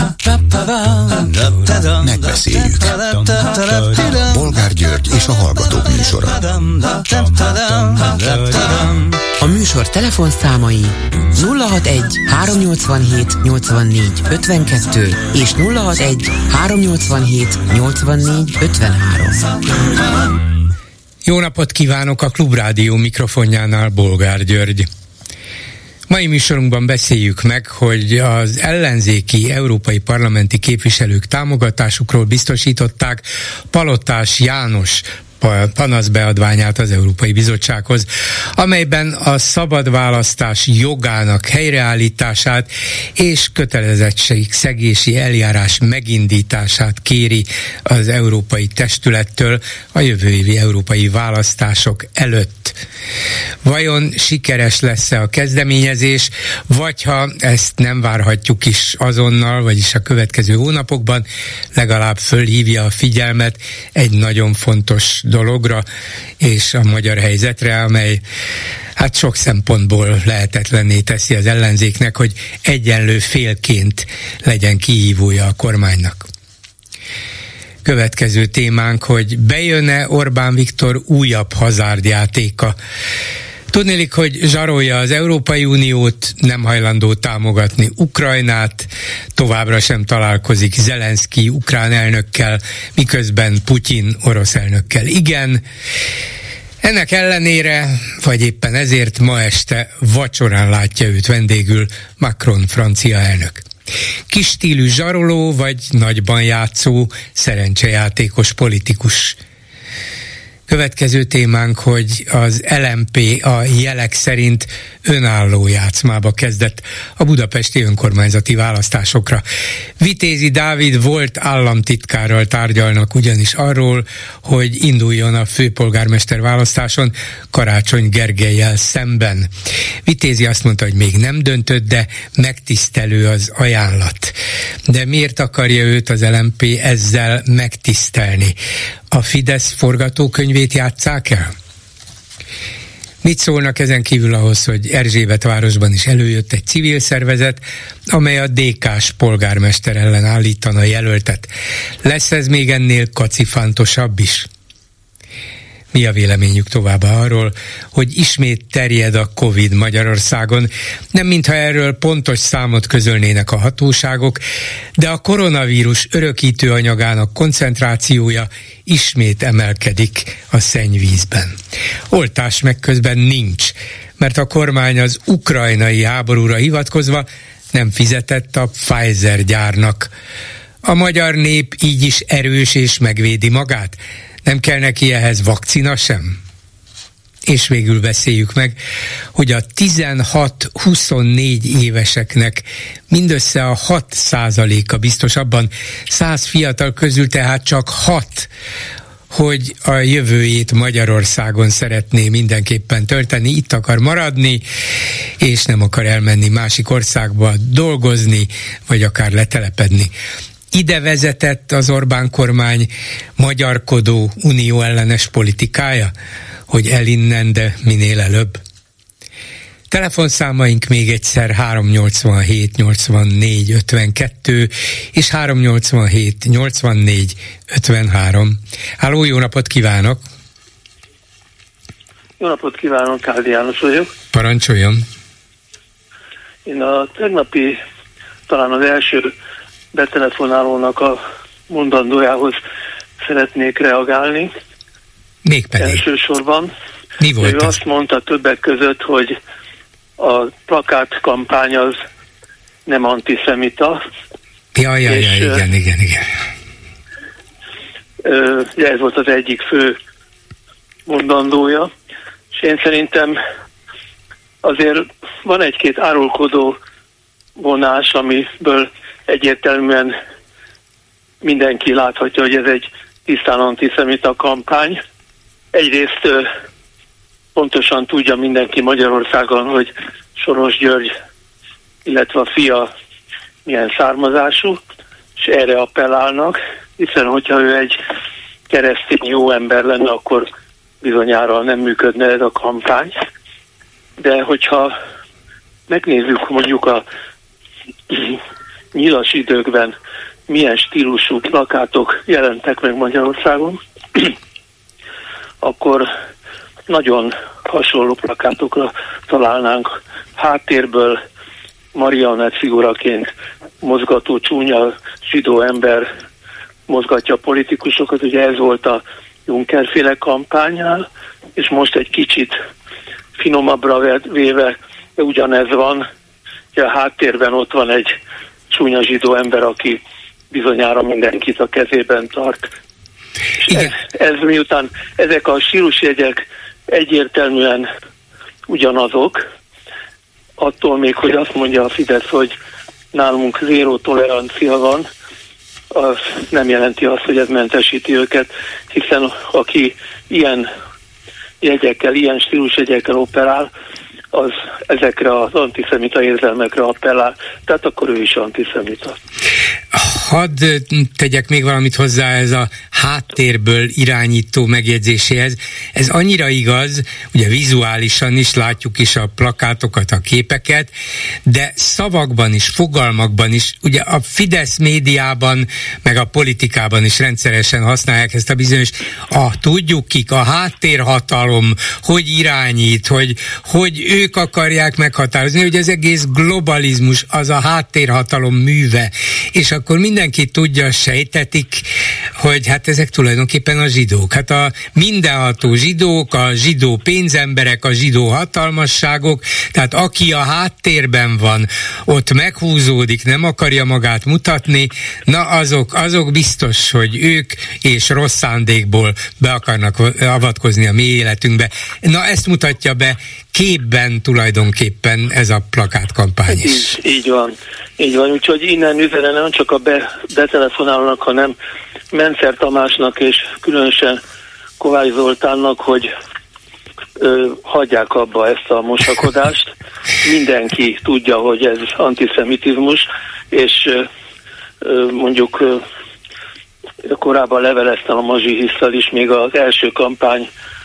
Megbeszéljük. Bolgár György és a Hallgatók műsora. A műsor telefonszámai 061 387 84 52 és 061 387 84 53. Jó napot kívánok, a Klubrádió mikrofonjánál Bolgár György. Mai műsorunkban beszéljük meg, hogy az ellenzéki európai parlamenti képviselők támogatásukról biztosították Palotás János panaszbeadványát az Európai Bizottsághoz, amelyben a szabad választás jogának helyreállítását és kötelezettségszegési eljárás megindítását kéri az európai testülettől a jövő évi európai választások előtt. Vajon sikeres lesz-e a kezdeményezés, vagy ha ezt nem várhatjuk is azonnal, vagyis a következő hónapokban, legalább fölhívja a figyelmet egy nagyon fontos dologra és a magyar helyzetre, amely hát sok szempontból lehetetlenné teszi az ellenzéknek, hogy egyenlő félként legyen kihívója a kormánynak. Következő témánk, hogy bejön-e Orbán Viktor újabb hazárdjátéka. Tudniillik, hogy zsarolja az Európai Uniót, nem hajlandó támogatni Ukrajnát, továbbra sem találkozik Zelenszky ukrán elnökkel, miközben Putyin orosz elnökkel igen. Ennek ellenére, vagy éppen ezért ma este vacsorán látja őt vendégül Macron francia elnök. Kis stílű zsaroló vagy nagyban játszó, szerencsejátékos politikus. Következő témánk, hogy az LMP a jelek szerint önálló játszmába kezdett a budapesti önkormányzati választásokra. Vitézi Dávid volt államtitkárral tárgyalnak ugyanis arról, hogy induljon a főpolgármester választáson Karácsony Gergellyel szemben. Vitézi azt mondta, hogy még nem döntött, de megtisztelő az ajánlat. De miért akarja őt az LMP ezzel megtisztelni? A Fidesz forgatókönyvét játsszák el? Mit szólnak ezen kívül ahhoz, hogy Erzsébetvárosban is előjött egy civil szervezet, amely a DK-s polgármester ellen állítana jelöltet? Lesz ez még ennél kacifántosabb is? Mi a véleményük továbbá arról, hogy ismét terjed a Covid Magyarországon? Nem mintha erről pontos számot közölnének a hatóságok, de a koronavírus örökítő anyagának koncentrációja ismét emelkedik a szennyvízben. Oltás meg közben nincs, mert a kormány az ukrajnai háborúra hivatkozva nem fizetett a Pfizer gyárnak. A magyar nép így is erős és megvédi magát? Nem kell neki ehhez vakcina sem? És végül beszéljük meg, hogy a 16-24 éveseknek mindössze a 6%-a biztos abban, 100 fiatal közül tehát csak 6, hogy a jövőjét Magyarországon szeretné mindenképpen tölteni, itt akar maradni, és nem akar elmenni másik országba dolgozni, vagy akár letelepedni. Ide vezetett az Orbán kormány magyarkodó unióellenes politikája, hogy elinnen, de minél előbb. Telefonszámaink még egyszer 387 84 52 és 387 84 53. Háló, jó napot kívánok! Jó napot kívánok, Káldi János vagyok. Parancsoljon! Én a tegnapi, talán az első betelefonálónak a mondandójához szeretnék reagálni. Mégpedig. Elsősorban. Mi volt ő ez? azt mondta többek között, hogy a plakátkampány az nem antiszemita. Jaj, igen. Ez volt az egyik fő mondandója. És én szerintem azért van egy-két árulkodó vonás, amiből egyértelműen mindenki láthatja, hogy ez egy tisztán antiszemita kampány. Egyrészt pontosan tudja mindenki Magyarországon, hogy Soros György, illetve a fia milyen származású, és erre appellálnak, hiszen hogyha ő egy keresztény jó ember lenne, akkor bizonyára nem működne ez a kampány. De hogyha megnézzük mondjuk a nyilas időkben milyen stílusú plakátok jelentek meg Magyarországon, akkor nagyon hasonló plakátokra találnánk. Háttérből marionett figuraként mozgató csúnya zsidó ember mozgatja a politikusokat, ugye ez volt a Juncker-féle kampánynál, és most egy kicsit finomabbra véve ugyanez van, ugye a háttérben ott van egy csúnya zsidó ember, aki bizonyára mindenkit a kezében tart. Ez miután ezek a stílusjegyek egyértelműen ugyanazok, attól még, hogy azt mondja a Fidesz, hogy nálunk zéró tolerancia van, az nem jelenti azt, hogy ez mentesíti őket, hiszen aki ilyen jegyekkel, ilyen stílusjegyekkel operál, az ezekre az antiszemita érzelmekre appellál, tehát akkor ő is antiszemita. Hadd tegyek még valamit hozzá ez a háttérből irányító megjegyzéséhez. Ez annyira igaz, ugye vizuálisan is látjuk is a plakátokat, a képeket, de szavakban is, fogalmakban is, ugye a Fidesz médiában, meg a politikában is rendszeresen használják ezt a bizonyos, tudjuk kik, a háttérhatalom, hogy irányít, hogy ők akarják meghatározni, hogy az egész globalizmus az a háttérhatalom műve, és akkor mindenki tudja, sejtetik, hogy hát ezek tulajdonképpen a zsidók. Hát a mindenható zsidók, a zsidó pénzemberek, a zsidó hatalmasságok, tehát aki a háttérben van, ott meghúzódik, nem akarja magát mutatni, na azok biztos, hogy ők és rossz szándékból be akarnak avatkozni a mi életünkbe. Na ezt mutatja be képben tulajdonképpen ez a plakátkampány is. Így van, úgyhogy innen üzene nem csak a betelefonálónak, hanem Mencer Tamásnak és különösen Kovács Zoltánnak, hogy hagyják abba ezt a mosakodást. Mindenki tudja, hogy ez antiszemitizmus, és mondjuk korábban leveleztem a Mazsihisszal is, még az első kampány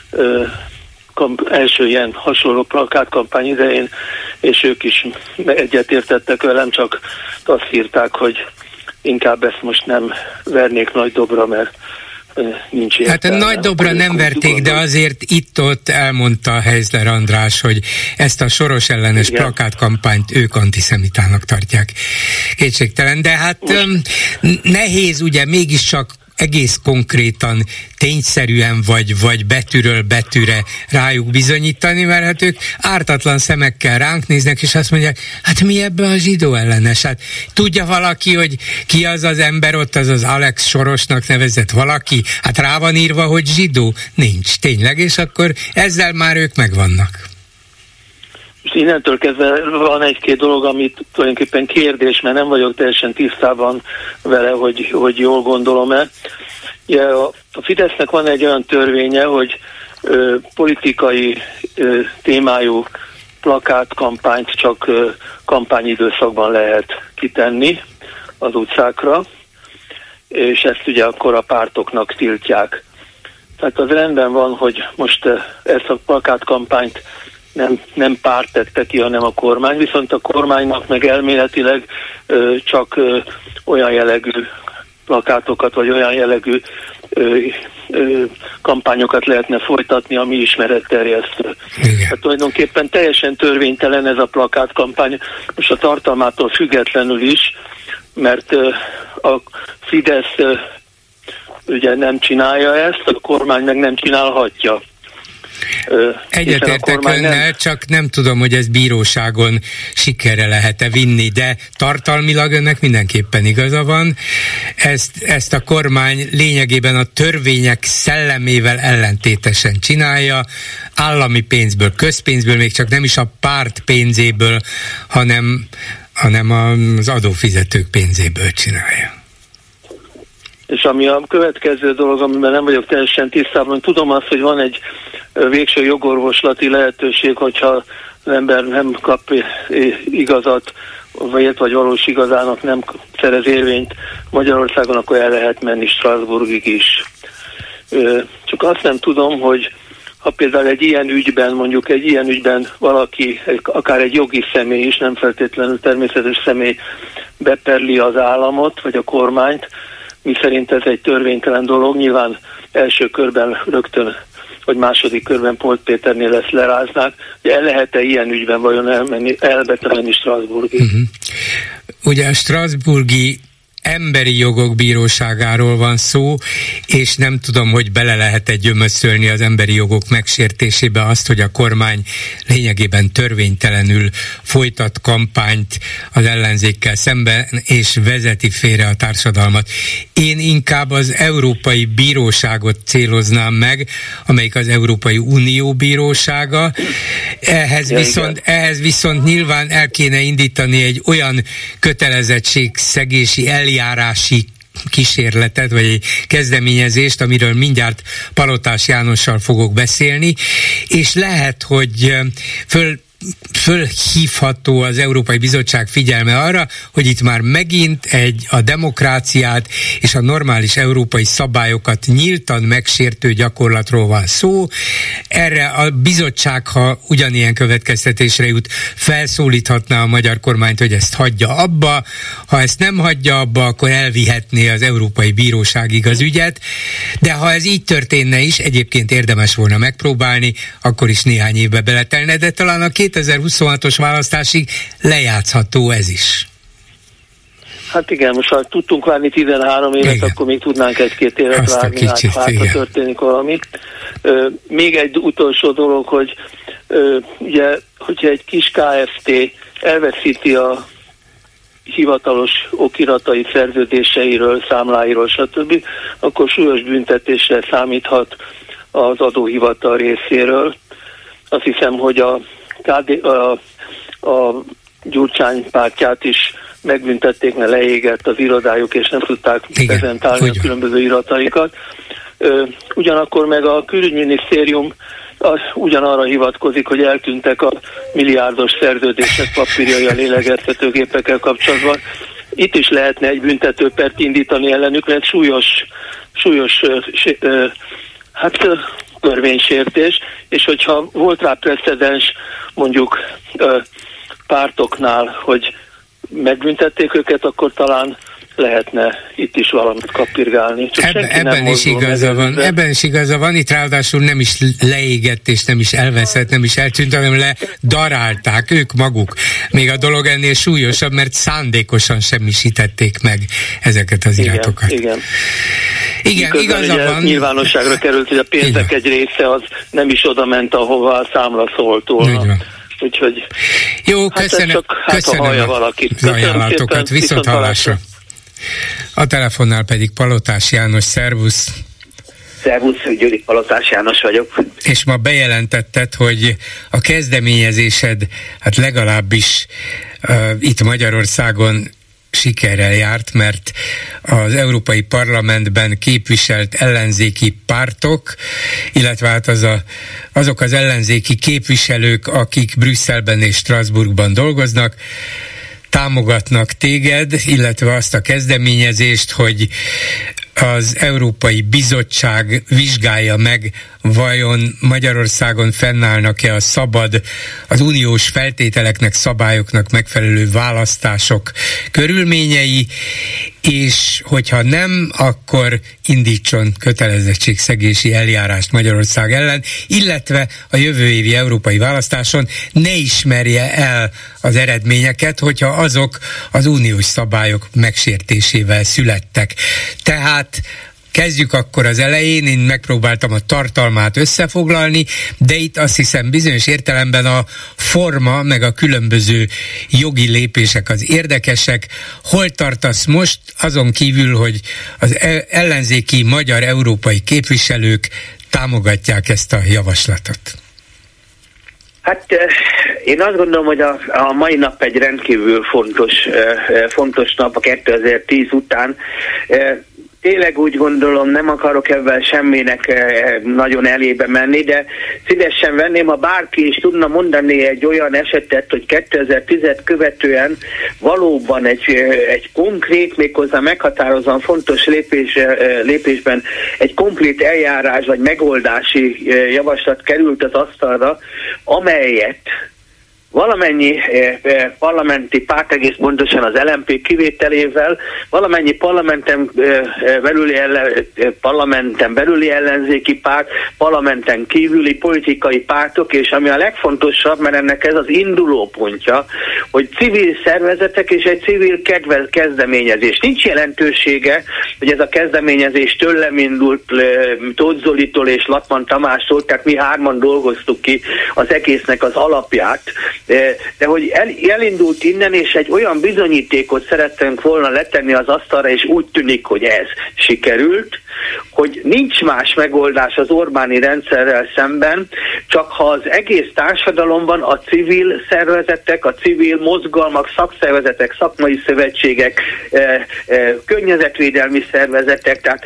első ilyen hasonló plakátkampány idején, és ők is egyetértettek velem, csak azt írták, hogy inkább ezt most nem vernék nagy dobra, mert nincs értelme. Hát a nagy dobra nem verték, de azért itt-ott elmondta Heizler András, hogy ezt a Soros ellenes plakátkampányt ők antiszemitának tartják. Kétségtelen, de hát nehéz ugye mégiscsak egész konkrétan, tényszerűen vagy betűről betűre rájuk bizonyítani, mert hát ők ártatlan szemekkel ránk néznek, és azt mondják, hát mi ebben a zsidó ellenes? Hát tudja valaki, hogy ki az az ember ott, az Alex Sorosnak nevezett valaki? Hát rá van írva, hogy zsidó? Nincs, tényleg, és akkor ezzel már ők megvannak. Innentől kezdve van egy-két dolog, amit tulajdonképpen kérdés, mert nem vagyok teljesen tisztában vele, hogy jól gondolom-e. Ja, a Fidesznek van egy olyan törvénye, hogy politikai témájú plakátkampányt csak kampányidőszakban lehet kitenni az utcákra, és ezt ugye akkor a pártoknak tiltják. Tehát az rendben van, hogy most ezt a plakátkampányt nem párt tette ki, hanem a kormány, viszont a kormánynak meg elméletileg csak olyan jellegű plakátokat, vagy olyan jellegű kampányokat lehetne folytatni, ami ismeretterjesztő. Hát tulajdonképpen teljesen törvénytelen ez a plakátkampány, most a tartalmától függetlenül is, mert a Fidesz ugye nem csinálja ezt, a kormány meg nem csinálhatja. Egyetértek önnel, csak nem tudom, hogy ez bíróságon sikerre lehet-e vinni, de tartalmilag önnek mindenképpen igaza van. Ezt a kormány lényegében a törvények szellemével ellentétesen csinálja, állami pénzből, közpénzből, még csak nem is a párt pénzéből, hanem az adófizetők pénzéből csinálja. És ami a következő dolog, amiben nem vagyok teljesen tisztában, tudom azt, hogy van egy végső jogorvoslati lehetőség, hogyha az ember nem kap igazat, vagy valós igazának nem szerez érvényt Magyarországon, akkor el lehet menni Strasbourgig is. Csak azt nem tudom, hogy ha például egy ilyen ügyben valaki, akár egy jogi személy is, nem feltétlenül természetes személy beperli az államot, vagy a kormányt, miszerint ez egy törvénytelen dolog, nyilván első körben rögtön, vagy második körben Polt Péternél ezt leráznák, hogy el lehet-e ilyen ügyben vajon elbetelni Strasbourgig? Ugye a strasbourgi emberi jogok bíróságáról van szó, és nem tudom, hogy bele lehet-e gyömöszölni az emberi jogok megsértésébe azt, hogy a kormány lényegében törvénytelenül folytat kampányt az ellenzékkel szemben, és vezeti félre a társadalmat. Én inkább az Európai Bíróságot céloznám meg, amelyik az Európai Unió bírósága. Ehhez viszont nyilván el kéne indítani egy olyan kötelezettségszegési eljárási kísérletet, vagy egy kezdeményezést, amiről mindjárt Palotás Jánossal fogok beszélni, és lehet, hogy fölhívható az Európai Bizottság figyelme arra, hogy itt már megint a demokráciát és a normális európai szabályokat nyíltan megsértő gyakorlatról van szó. Erre a bizottság, ha ugyanilyen következtetésre jut, felszólíthatná a magyar kormányt, hogy ezt hagyja abba. Ha ezt nem hagyja abba, akkor elvihetné az Európai Bíróságig az ügyet, de ha ez így történne is, egyébként érdemes volna megpróbálni, akkor is néhány évbe beletelne, de talán a 2026-os választásig lejátszható ez is. Hát igen, most ha tudtunk várni 13 évet, igen, akkor még tudnánk egy-két évet várni, ha történik valami. Még egy utolsó dolog, hogy ugye, hogyha egy kis KFT elveszíti a hivatalos okiratai szerződéseiről, számláiról, stb., akkor súlyos büntetésre számíthat az adóhivatal részéről. Azt hiszem, hogy a Gyurcsány pártját is megbüntették, mert leégett az irodájuk, és nem tudták prezentálni a különböző irataikat. Ugyanakkor meg a külügyminisztérium ugyanarra hivatkozik, hogy eltűntek a milliárdos szerződések papírjai a lélegeztetőgépekkel kapcsolatban. Itt is lehetne egy büntetőpert indítani ellenük, mert súlyos törvénysértés, és hogyha volt rá precedens mondjuk pártoknál, hogy megbüntették őket, akkor talán lehetne itt is valamit kapirgálni. Ebben is igaza van, itt ráadásul nem is leégett, és nem is elveszett, nem is eltűnt, hanem ledarálták ők maguk. Még a dolog ennél súlyosabb, mert szándékosan semmisítették meg ezeket az iratokat. Igen, igaza van. Nyilvánosságra került, hogy a pénzek egy része az nem is oda ment, ahova a számla szólt volna. Úgyhogy jó, köszönöm az ajánlatokat, viszonthallásra. A telefonnál pedig Palotás János, szervusz! Szervusz, Gyuri, Palotás János vagyok. És ma bejelentetted, hogy a kezdeményezésed, hát legalábbis itt Magyarországon sikerrel járt, mert az Európai Parlamentben képviselt ellenzéki pártok, illetve hát azok az ellenzéki képviselők, akik Brüsszelben és Strasbourgban dolgoznak, támogatnak téged, illetve azt a kezdeményezést, hogy az Európai Bizottság vizsgálja meg, vajon Magyarországon fennállnak-e a szabad, az uniós feltételeknek, szabályoknak megfelelő választások körülményei, és hogyha nem, akkor indítson kötelezettségszegési eljárást Magyarország ellen, illetve a jövő évi európai választáson ne ismerje el az eredményeket, hogyha azok az uniós szabályok megsértésével születtek. Tehát kezdjük akkor az elején, én megpróbáltam a tartalmát összefoglalni, de itt azt hiszem bizonyos értelemben a forma, meg a különböző jogi lépések az érdekesek. Hol tartasz most, azon kívül, hogy az ellenzéki magyar európai képviselők támogatják ezt a javaslatot? Hát én azt gondolom, hogy a mai nap egy rendkívül fontos nap a 2010 után. tényleg úgy gondolom, nem akarok ebben semminek nagyon elébe menni, de szívesen venném, ha bárki is tudna mondani egy olyan esetet, hogy 2010-et követően valóban egy konkrét, méghozzá meghatározóan fontos lépésben egy konkrét eljárás vagy megoldási javaslat került az asztalra, amelyet valamennyi parlamenti párt, egész pontosan az LMP kivételével, valamennyi parlamenten belüli ellenzéki párt, parlamenten kívüli politikai pártok, és ami a legfontosabb, mert ennek ez az indulópontja, hogy civil szervezetek és egy civil kezdeményezés. Nincs jelentősége, hogy ez a kezdeményezés tőlem indult, Tóth Zolitól és Latman Tamástól, tehát mi hárman dolgoztuk ki az egésznek az alapját, de hogy elindult innen, és egy olyan bizonyítékot szerettünk volna letenni az asztalra, és úgy tűnik, hogy ez sikerült, hogy nincs más megoldás az Orbáni rendszerrel szemben, csak ha az egész társadalomban a civil szervezetek, a civil mozgalmak, szakszervezetek, szakmai szövetségek, környezetvédelmi szervezetek, tehát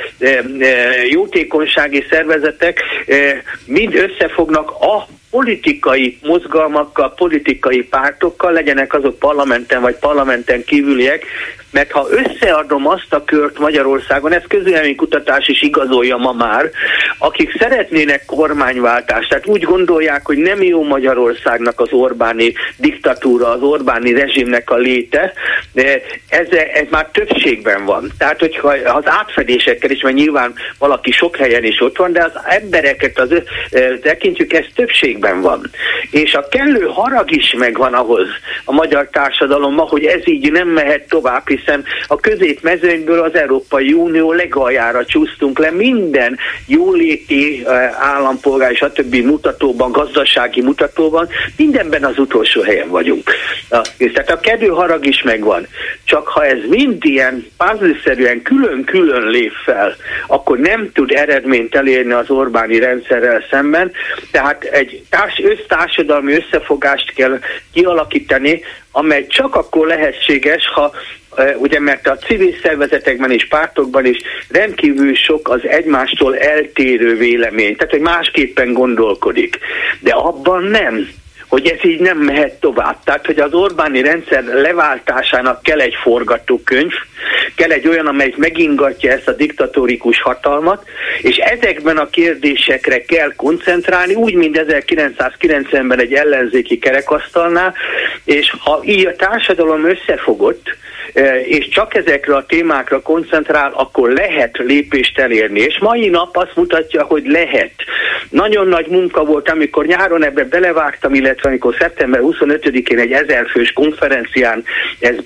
jótékonysági szervezetek mind összefognak a politikai mozgalmakkal, politikai pártokkal, legyenek azok parlamenten vagy parlamenten kívüliek, mert ha összeadom azt a kört Magyarországon, ez közvéleménykutatás is igazolja ma már, akik szeretnének kormányváltást, tehát úgy gondolják, hogy nem jó Magyarországnak az Orbáni diktatúra, az Orbáni rezsimnek a léte, ez már többségben van. Tehát, hogyha az átfedésekkel is, mert nyilván valaki sok helyen is ott van, de az embereket tekintjük, ez többségben van. És a kellő harag is megvan ahhoz a magyar társadalomban, hogy ez így nem mehet tovább, hiszen a középmezőnyből az Európai Unió legaljára csúsztunk le minden jóléti állampolgár és a többi mutatóban, gazdasági mutatóban, mindenben az utolsó helyen vagyunk. Tehát a kedő harag is megvan. Csak ha ez mind ilyen puzzle-szerűen külön-külön lép fel, akkor nem tud eredményt elérni az Orbáni rendszerrel szemben, tehát egy össztársadalmi összefogást kell kialakítani, amely csak akkor lehetséges, ha ugye, mert a civil szervezetekben és pártokban is rendkívül sok az egymástól eltérő vélemény, tehát hogy másképpen gondolkodik. De abban nem, hogy ez így nem mehet tovább. Tehát, hogy az Orbáni rendszer leváltásának kell egy forgatókönyv, kell egy olyan, amelyik megingatja ezt a diktatórikus hatalmat, és ezekben a kérdésekre kell koncentrálni, úgy, mint 1990-ben egy ellenzéki kerekasztalnál, és ha így a társadalom összefogott, és csak ezekre a témákra koncentrál, akkor lehet lépést elérni. És mai nap azt mutatja, hogy lehet. Nagyon nagy munka volt, amikor nyáron ebbe belevágtam, illetve amikor szeptember 25-én egy 1000 fős konferencián ezt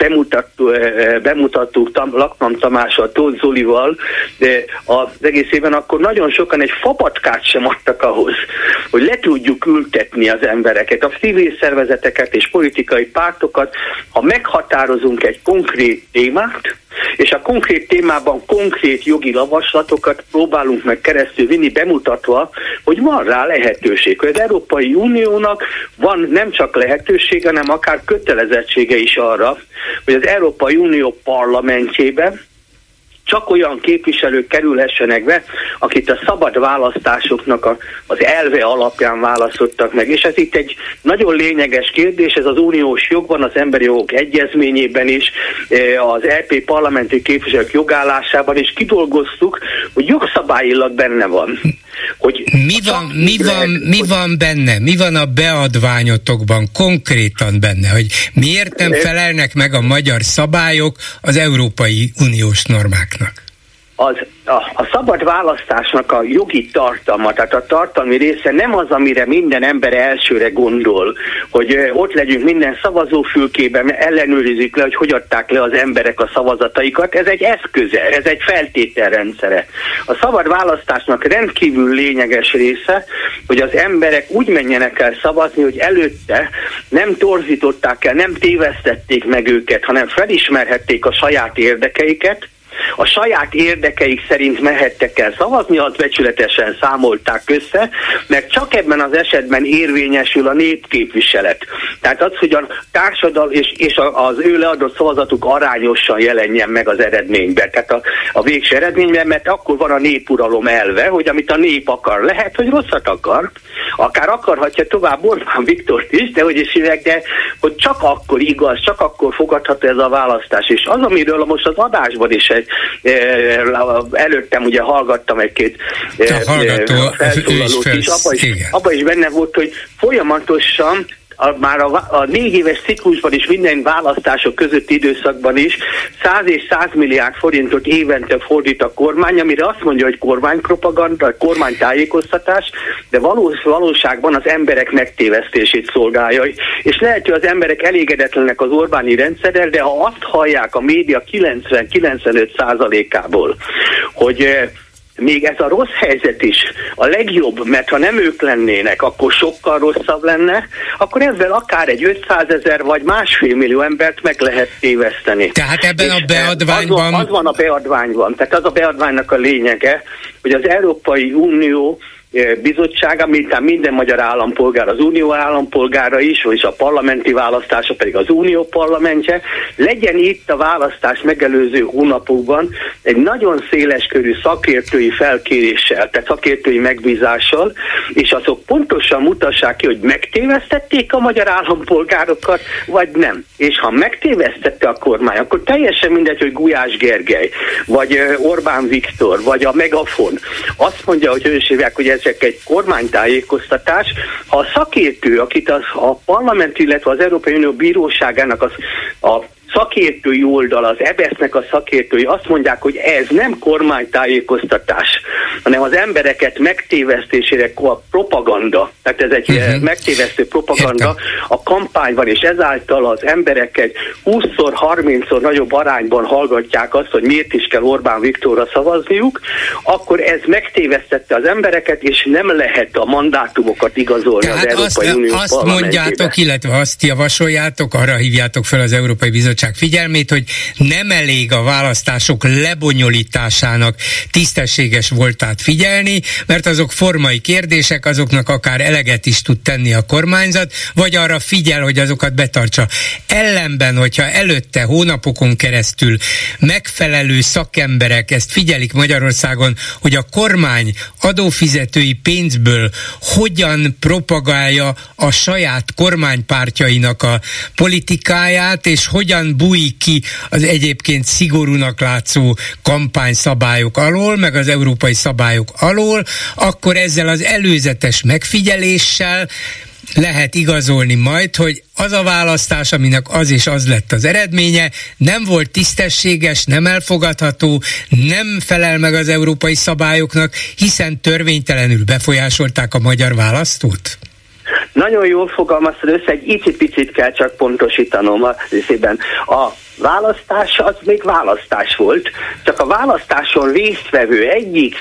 bemutattuk Latman Tamással, Tóth Zolival az egész évben, akkor nagyon sokan egy fapatkát sem adtak ahhoz, hogy le tudjuk ültetni az embereket, a civil szervezeteket és politikai pártokat, ha meghatározunk egy konkrét témát, és a konkrét témában konkrét jogi javaslatokat próbálunk meg keresztül vinni, bemutatva, hogy van rá lehetőség. Az Európai Uniónak van nem csak lehetősége, hanem akár kötelezettsége is arra, hogy az Európai Unió parlamentjében csak olyan képviselők kerülhessenek be, akit a szabad választásoknak az elve alapján választottak meg. És ez itt egy nagyon lényeges kérdés, ez az uniós jogban, az emberi jogok egyezményében is, az EP parlamenti képviselők jogállásában is kidolgoztuk, hogy jogszabályilag benne van. Hogy mi van benne? Mi van a beadványotokban konkrétan benne? Hogy miért nem felelnek meg a magyar szabályok az Európai Uniós normáknak? A szabad választásnak a jogi tartalma, tehát a tartalmi része nem az, amire minden ember elsőre gondol, hogy ott legyünk minden szavazófülkében, ellenőrizzük le, hogy adták le az emberek a szavazataikat. Ez egy eszköze, ez egy feltételrendszere. A szabad választásnak rendkívül lényeges része, hogy az emberek úgy menjenek el szavazni, hogy előtte nem torzították el, nem tévesztették meg őket, hanem felismerhették a saját érdekeiket, a saját érdekeik szerint mehettek el szavazni, azt becsületesen számolták össze, mert csak ebben az esetben érvényesül a népképviselet. Tehát az, hogy a társadalom és az ő leadott szavazatuk arányosan jelenjen meg az eredményben, tehát a végső eredményben, mert akkor van a népuralom elve, hogy amit a nép akar, lehet, hogy rosszat akar, akár akarhatja tovább Orbán Viktort is, de hogy is hívják, de hogy csak akkor igaz, csak akkor fogadható ez a választás. És az, amiről most az adásban is előttem ugye hallgattam egy-két felszólalót is, abban is benne volt, hogy folyamatosan már a 4 éves ciklusban is, minden választások közötti időszakban is 100 és 100 milliárd forintot évente fordít a kormány, amire azt mondja, hogy kormánypropaganda, kormánytájékoztatás, de valóságban az emberek megtévesztését szolgálja. És lehet, hogy az emberek elégedetlenek az Orbáni rendszerrel, de ha azt hallják a média 90-95%-ából, hogy még ez a rossz helyzet is a legjobb, mert ha nem ők lennének, akkor sokkal rosszabb lenne, akkor ezzel akár egy 500 000 vagy 1,5 millió embert meg lehet téveszteni. Tehát ebben a beadványban... Az van a beadványban. Tehát az a beadványnak a lényege, hogy az Európai Unió bizottsága, mint minden magyar állampolgár, az unió állampolgára is, és a parlamenti választása pedig az unió parlamentje, legyen itt a választás megelőző hónapokban egy nagyon széleskörű szakértői felkéréssel, tehát szakértői megbízással, és azok pontosan mutassák ki, hogy megtévesztették a magyar állampolgárokat, vagy nem. És ha megtévesztette a kormány, akkor teljesen mindegy, hogy Gulyás Gergely, vagy Orbán Viktor, vagy a Megafon azt mondja, hogy ő is hívják, hogy ezek egy kormánytájékoztatás. Ha a szakértő, akit a parlament, illetve az Európai Unió Bíróságának a szakértői oldal, az EBESZ-nek a szakértői azt mondják, hogy ez nem kormánytájékoztatás, hanem az embereket megtévesztésére propaganda. Tehát ez egy megtévesztő propaganda a kampányban, és ezáltal az emberek egy 20-szor, 30-szor nagyobb arányban hallgatják azt, hogy miért is kell Orbán Viktorra szavazniuk, akkor ez megtévesztette az embereket, és nem lehet a mandátumokat igazolni az Európai Unió azt mondjátok, illetve azt javasoljátok, arra hívjátok fel az Európai Bizottság figyelmét, hogy nem elég a választások lebonyolításának tisztességes voltát figyelni, mert azok formai kérdések, azoknak akár eleget is tud tenni a kormányzat, vagy arra figyel, hogy azokat betartsa. Ellenben, hogyha előtte hónapokon keresztül megfelelő szakemberek ezt figyelik Magyarországon, hogy a kormány adófizetői pénzből hogyan propagálja a saját kormánypártjainak a politikáját, és hogyan bújik ki az egyébként szigorúnak látszó kampányszabályok alól, meg az európai szabályok alól, akkor ezzel az előzetes megfigyeléssel lehet igazolni majd, hogy az a választás, aminek az és az lett az eredménye, nem volt tisztességes, nem elfogadható, nem felel meg az európai szabályoknak, hiszen törvénytelenül befolyásolták a magyar választót? Nagyon jól fogalmaztad össze, egy icipicit kell csak pontosítanom a részében. A választás az még választás volt, csak a választáson résztvevő egyik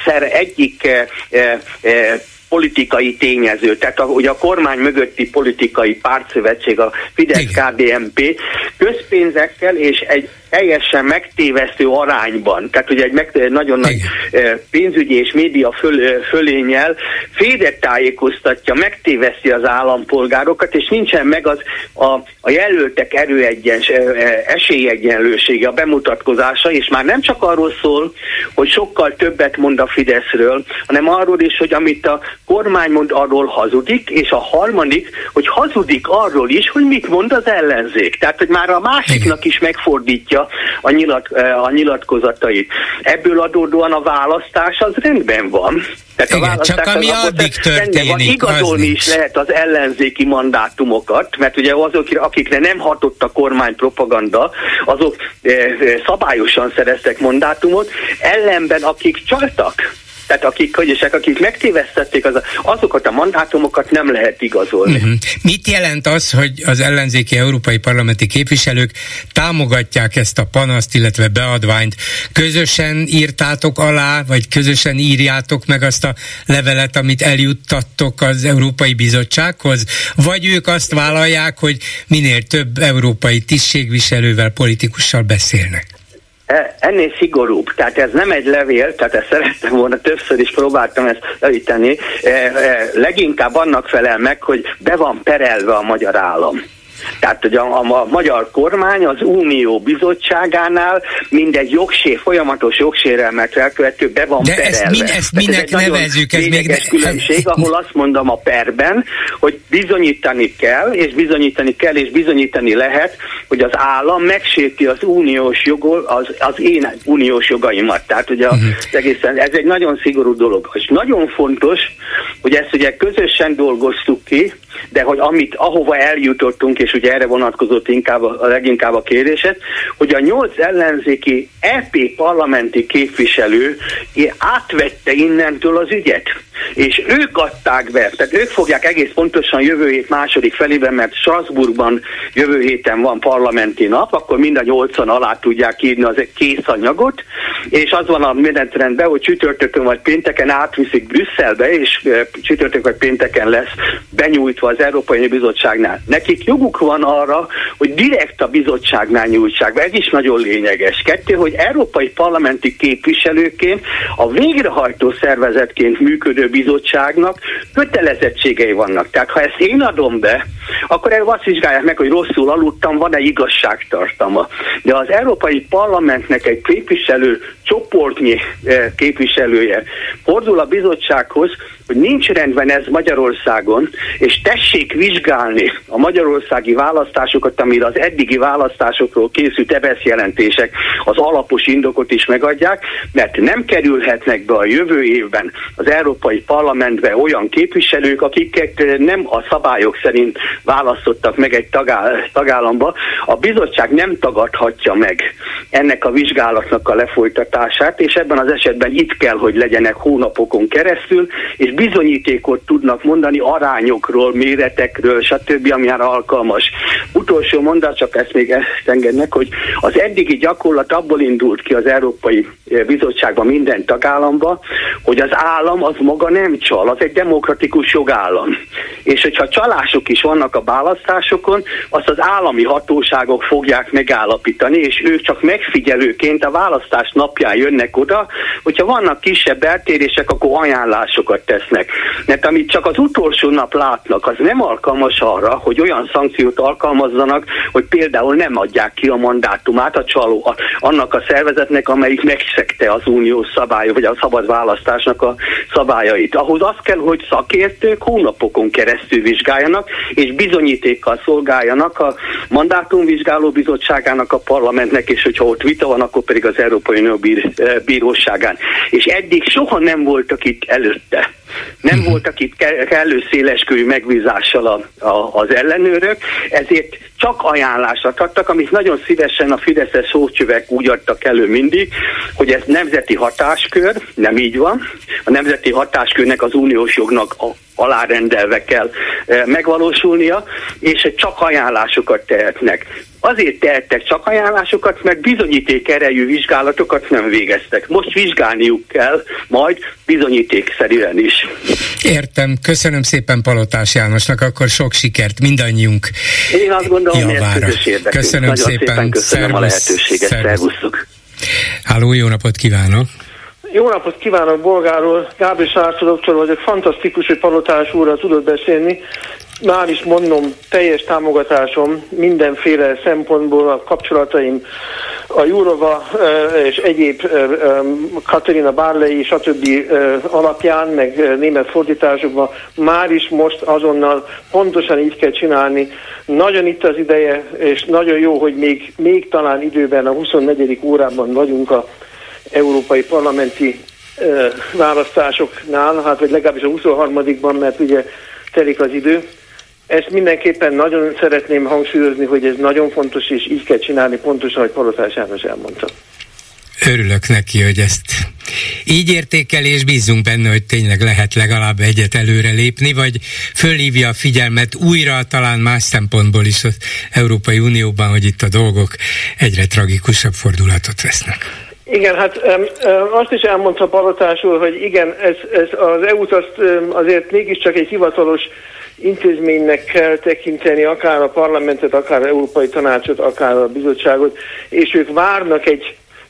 politikai tényező, tehát ugye a kormány mögötti politikai pártszövetség, a Fidesz-KDNP közpénzekkel és egy teljesen megtévesztő arányban, tehát ugye egy nagyon nagy pénzügyi és média fölénnyel félretájékoztatja, megtéveszti az állampolgárokat, és nincsen meg a jelöltek esélyegyenlősége, a bemutatkozása, és már nem csak arról szól, hogy sokkal többet mond a Fideszről, hanem arról is, hogy amit a kormány mond, arról hazudik, és a harmadik, hogy hazudik arról is, hogy mit mond az ellenzék. Tehát, hogy már a másiknak is megfordítja a nyilatkozatait. Ebből adódóan a választás az rendben van. Tehát igen, a választás csak ami addig történik, igazolni is lehet az ellenzéki mandátumokat, mert ugye azok, akikre nem hatott a kormány propaganda, azok szabályosan szereztek mandátumot, ellenben akik csaltak, tehát akik megtévesztették, azokat a mandátumokat nem lehet igazolni. Mit jelent az, hogy az ellenzéki európai parlamenti képviselők támogatják ezt a panaszt, illetve beadványt? Közösen írtátok alá, vagy közösen írjátok meg azt a levelet, amit eljuttattok az Európai Bizottsághoz? Vagy ők azt vállalják, hogy minél több európai tisztségviselővel, politikussal beszélnek? ennél szigorúbb. Tehát ez nem egy levél, tehát ezt szerettem volna, többször is próbáltam ezt javítani. Leginkább annak felel meg, hogy be van perelve a magyar állam. Tehát, hogy a magyar kormány az Unió bizottságánál mindegy folyamatos jogsérelmet elkövető be van perelve. Ezt minek nevezzük? Ez még különbség, ahol azt mondom a perben, hogy bizonyítani kell, és bizonyítani lehet, hogy az állam megsérti az uniós az én uniós jogaimat. Tehát, hogy egészen, ez egy nagyon szigorú dolog. És nagyon fontos, hogy ezt ugye közösen dolgoztuk ki, de hogy ahova eljutottunk, és ugye erre vonatkozott leginkább a kérdéset, hogy a 8 ellenzéki EP parlamenti képviselő átvette innentől az ügyet. És ők adták be, tehát ők fogják egész pontosan jövő hét második felében, mert Strasbourgban jövő héten van parlamenti nap, akkor mind a 8-an alá tudják írni az kész anyagot, és az van a menetrendben, hogy csütörtökön vagy pénteken átviszik Brüsszelbe, és csütörtök vagy pénteken lesz benyújtva az Európai Bizottságnál. Nekik joguk van arra, hogy direkt a bizottságnál nyújtsák be. Ez is nagyon lényeges. 2, hogy európai parlamenti képviselőként, a végrehajtó szervezetként működő bizottságnak kötelezettségei vannak. Tehát ha ezt én adom be, akkor azt vizsgálják meg, hogy rosszul aludtam, van-e igazságtartalma. De az Európai Parlamentnek egy képviselő, csoportnyi képviselője fordul a bizottsághoz, hogy nincs rendben ez Magyarországon, és tessék vizsgálni a magyarországi választásokat, amire az eddigi választásokról készült EBESZ jelentések az alapos indokot is megadják, mert nem kerülhetnek be a jövő évben az Európai Parlamentbe olyan képviselők, akiket nem a szabályok szerint választottak meg egy tagállamba. A bizottság nem tagadhatja meg ennek a vizsgálatnak a lefolytatását, és ebben az esetben itt kell, hogy legyenek hónapokon keresztül, és bizonyítékot tudnak mondani arányokról, méretekről, stb., ami már alkalmas. Utolsó mondat, csak ezt még engednek, hogy az eddigi gyakorlat abból indult ki az Európai Bizottságban minden tagállamba, hogy az állam az maga nem csal, az egy demokratikus jogállam. És hogyha csalások is vannak a választásokon, azt az állami hatóságok fogják megállapítani, és ők csak megfigyelőként a választás napján jönnek oda, hogyha vannak kisebb eltérések, akkor ajánlásokat tesznek. Mert amit csak az utolsó nap látnak, az nem alkalmas arra, hogy olyan szankciót alkalmazzanak, hogy például nem adják ki a mandátumát annak a szervezetnek, amelyik megszegte az uniós szabályok, vagy a szabad választásnak a szabályait. Ahhoz az kell, hogy szakértők hónapokon keresztül vizsgáljanak, és bizonyítékkal szolgáljanak a mandátumvizsgáló bizottságának, a parlamentnek, és hogyha ott vita van, akkor pedig az Európai Unió bíróságán. És eddig soha nem voltak itt előtte. Nem voltak itt kellő széleskörű megbízással az ellenőrök, ezért csak ajánlásra adtak, amit nagyon szívesen a fideszes szócsövek úgy adtak elő mindig, hogy ez nemzeti hatáskör, nem így van. A nemzeti hatáskörnek az uniós jognak alárendelve kell megvalósulnia, és csak ajánlásokat tehetnek. Azért tehettek csak ajánlásokat, mert bizonyíték erejű vizsgálatokat nem végeztek. Most vizsgálniuk kell, majd bizonyítékszerűen is. Értem. Köszönöm szépen Palotás Jánosnak, akkor sok sikert mindannyiunk Én azt gondolom, hogy ez közös érdekünk. Köszönöm nagyon szépen köszönöm a lehetőséget. Szervusztok! Háló, jó napot kívánok! Jó napot kívánok, Bolgáról, Gábor Sárcsa doktor vagyok, fantasztikus, hogy Palotás úrral tudott beszélni. Már is mondom, teljes támogatásom mindenféle szempontból, a kapcsolataim a Jurova és egyéb Katarina Barley stb. Alapján, meg német fordításokban már is most azonnal pontosan így kell csinálni. Nagyon itt az ideje, és nagyon jó, hogy még talán időben a 24. órában vagyunk a európai parlamenti választásoknál, hát vagy legalábbis a 23-ban, mert ugye telik az idő. Ezt mindenképpen nagyon szeretném hangsúlyozni, hogy ez nagyon fontos, és így kell csinálni pontosan, hogy Palotás János elmondta. Örülök neki, hogy ezt így értékel, és bízunk benne, hogy tényleg lehet legalább egyet előre lépni, vagy fölhívja a figyelmet újra, talán más szempontból is az Európai Unióban, hogy itt a dolgok egyre tragikusabb fordulatot vesznek. Igen, hát azt is elmondta Palotás úr, hogy igen, ez az EU-t azt azért mégiscsak egy hivatalos intézménynek kell tekinteni, akár a parlamentet, akár az Európai Tanácsot, akár a bizottságot, és ők várnak egy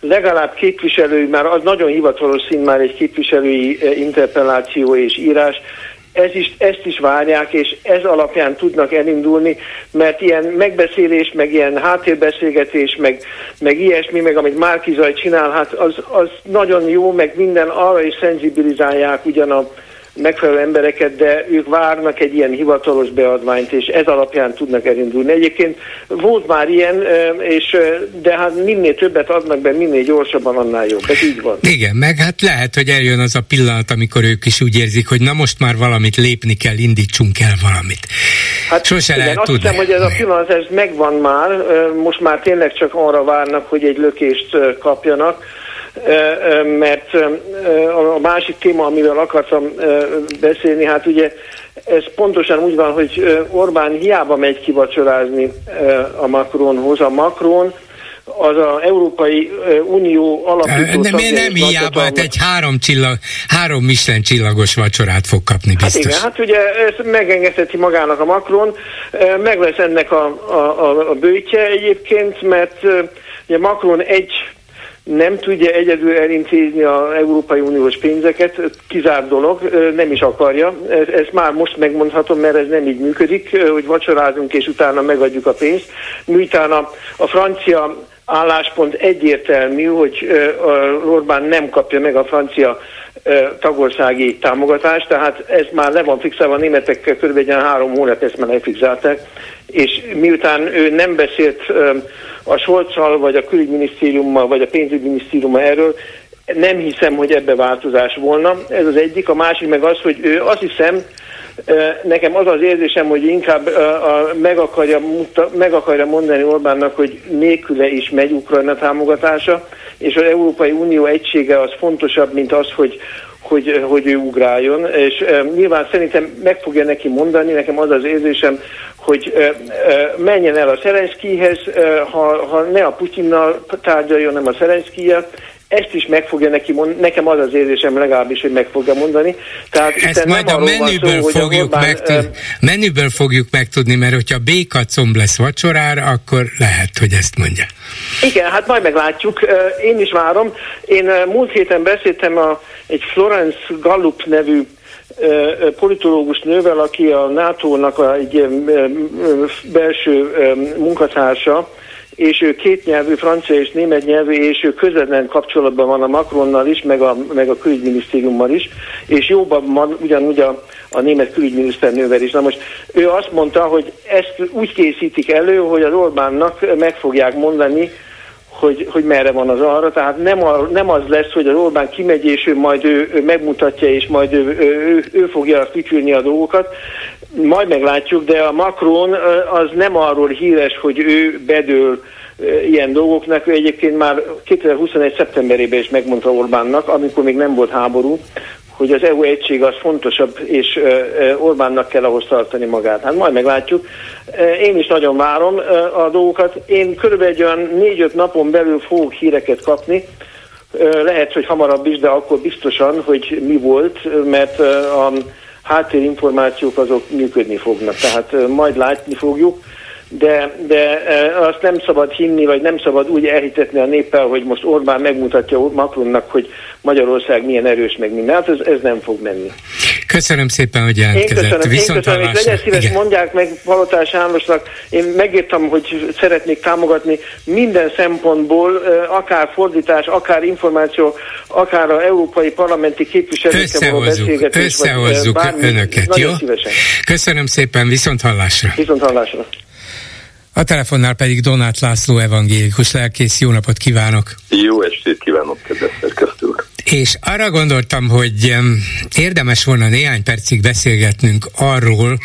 legalább képviselői, már az nagyon hivatalos szint már egy képviselői interpelláció és írás, ezt is várják, és ez alapján tudnak elindulni, mert ilyen megbeszélés, meg ilyen háttérbeszélgetés, meg ilyesmi, meg amit Márki-Zay csinál, hát az nagyon jó, meg minden arra is szenzibilizálják ugyan a megfelelő embereket, de ők várnak egy ilyen hivatalos beadványt, és ez alapján tudnak elindulni. Egyébként volt már ilyen, de hát minél többet adnak be, minél gyorsabban, annál jobb. Ez így van. Igen, meg hát lehet, hogy eljön az a pillanat, amikor ők is úgy érzik, hogy na most már valamit lépni kell, indítsunk el valamit. Hát sose igen, lehet azt tudni. hiszem, hogy ez a pillanat, ez megvan már, most már tényleg csak arra várnak, hogy egy lökést kapjanak, mert a másik téma, amivel akartam beszélni, hát ugye ez pontosan úgy van, hogy Orbán hiába megy kivacsorázni a Macronhoz. A Macron az az Európai Unió alapító tagja. Nem hiába, hát egy 3 Michelin csillagos vacsorát fog kapni biztos. Hát igen, hát ugye ezt megengedheti magának a Macron, meg lesz ennek a bőtje egyébként, mert ugye Macron nem tudja egyedül elintézni az Európai Uniós pénzeket, kizárt dolog, nem is akarja. Ezt már most megmondhatom, mert ez nem így működik, hogy vacsorázunk és utána megadjuk a pénzt. Miután a francia álláspont egyértelmű, hogy Orbán nem kapja meg a francia tagországi támogatást, tehát ez már le van fixálva, a németekkel kb. 3 hónap ezt már lefixálták, és miután ő nem beszélt a Scholzzal, vagy a külügyminisztériummal, vagy a pénzügyminisztériummal erről, nem hiszem, hogy ebbe változás volna. Ez az egyik. A másik meg az, hogy ő azt hiszem, nekem az az érzésem, hogy inkább meg akarja mondani Orbánnak, hogy nélküle is megy Ukrajna támogatása, és az Európai Unió egysége az fontosabb, mint az, hogy ő ugráljon. És nyilván szerintem meg fogja neki mondani, nekem az az érzésem, hogy menjen el a Zelenszkijhez, ha ne a Putyinnal tárgyaljon, nem a Zelenszkijjel. Ezt is meg fogja neki mondani, nekem az az érzésem legalábbis, hogy meg fogja mondani. Tehát ezt majd a menüből fogjuk megtudni, mert hogyha békacomb lesz vacsorára, akkor lehet, hogy ezt mondja. Igen, hát majd meglátjuk. Én is várom. Én múlt héten beszéltem egy Florence Gallup nevű politológus nővel, aki a NATO-nak egy belső munkatársa, és ő kétnyelvű, francia és német nyelvű, és ő közvetlen kapcsolatban van a Macronnal is, meg a külügyminisztériummal is, és jóban van ugyanúgy a német külügyminiszternővel is. Na most ő azt mondta, hogy ezt úgy készítik elő, hogy az Orbánnak meg fogják mondani, hogy merre van az arra, tehát nem az lesz, hogy az Orbán kimegy, és ő majd ő megmutatja, és majd ő fogja fütyülni a dolgokat. Majd meglátjuk, de a Macron az nem arról híres, hogy ő bedől ilyen dolgoknak. Ő egyébként már 2021. szeptemberében is megmondta Orbánnak, amikor még nem volt háború, hogy az EU egység az fontosabb, és Orbánnak kell ahhoz tartani magát. Hát majd meglátjuk. Én is nagyon várom a dolgokat. Én körülbelül egy olyan 4-5 napon belül fogok híreket kapni. Lehet, hogy hamarabb is, de akkor biztosan, hogy mi volt, mert a háttérinformációk azok működni fognak. Tehát majd látni fogjuk. De azt nem szabad hinni, vagy nem szabad úgy elhitetni a néppel, hogy most Orbán megmutatja Macronnak, hogy Magyarország milyen erős, meg minden. Hát ez nem fog menni. Köszönöm szépen, hogy jelentkezett. Én köszönöm, és legyen szíves, mondják meg Palotás Jánosnak, én megírtam, hogy szeretnék támogatni minden szempontból, akár fordítás, akár információ, akár az európai parlamenti képviselőkkel való beszélgetés. Összehozzuk önöket, jó? Szívesen. Köszönöm szépen, viszonthallásra. Viszonthallásra. A telefonnál pedig Donát László evangélikus lelkész. Jó napot kívánok! Jó estét kívánok, kedves szerkesztő úr! És arra gondoltam, hogy érdemes volna néhány percig beszélgetnünk arról,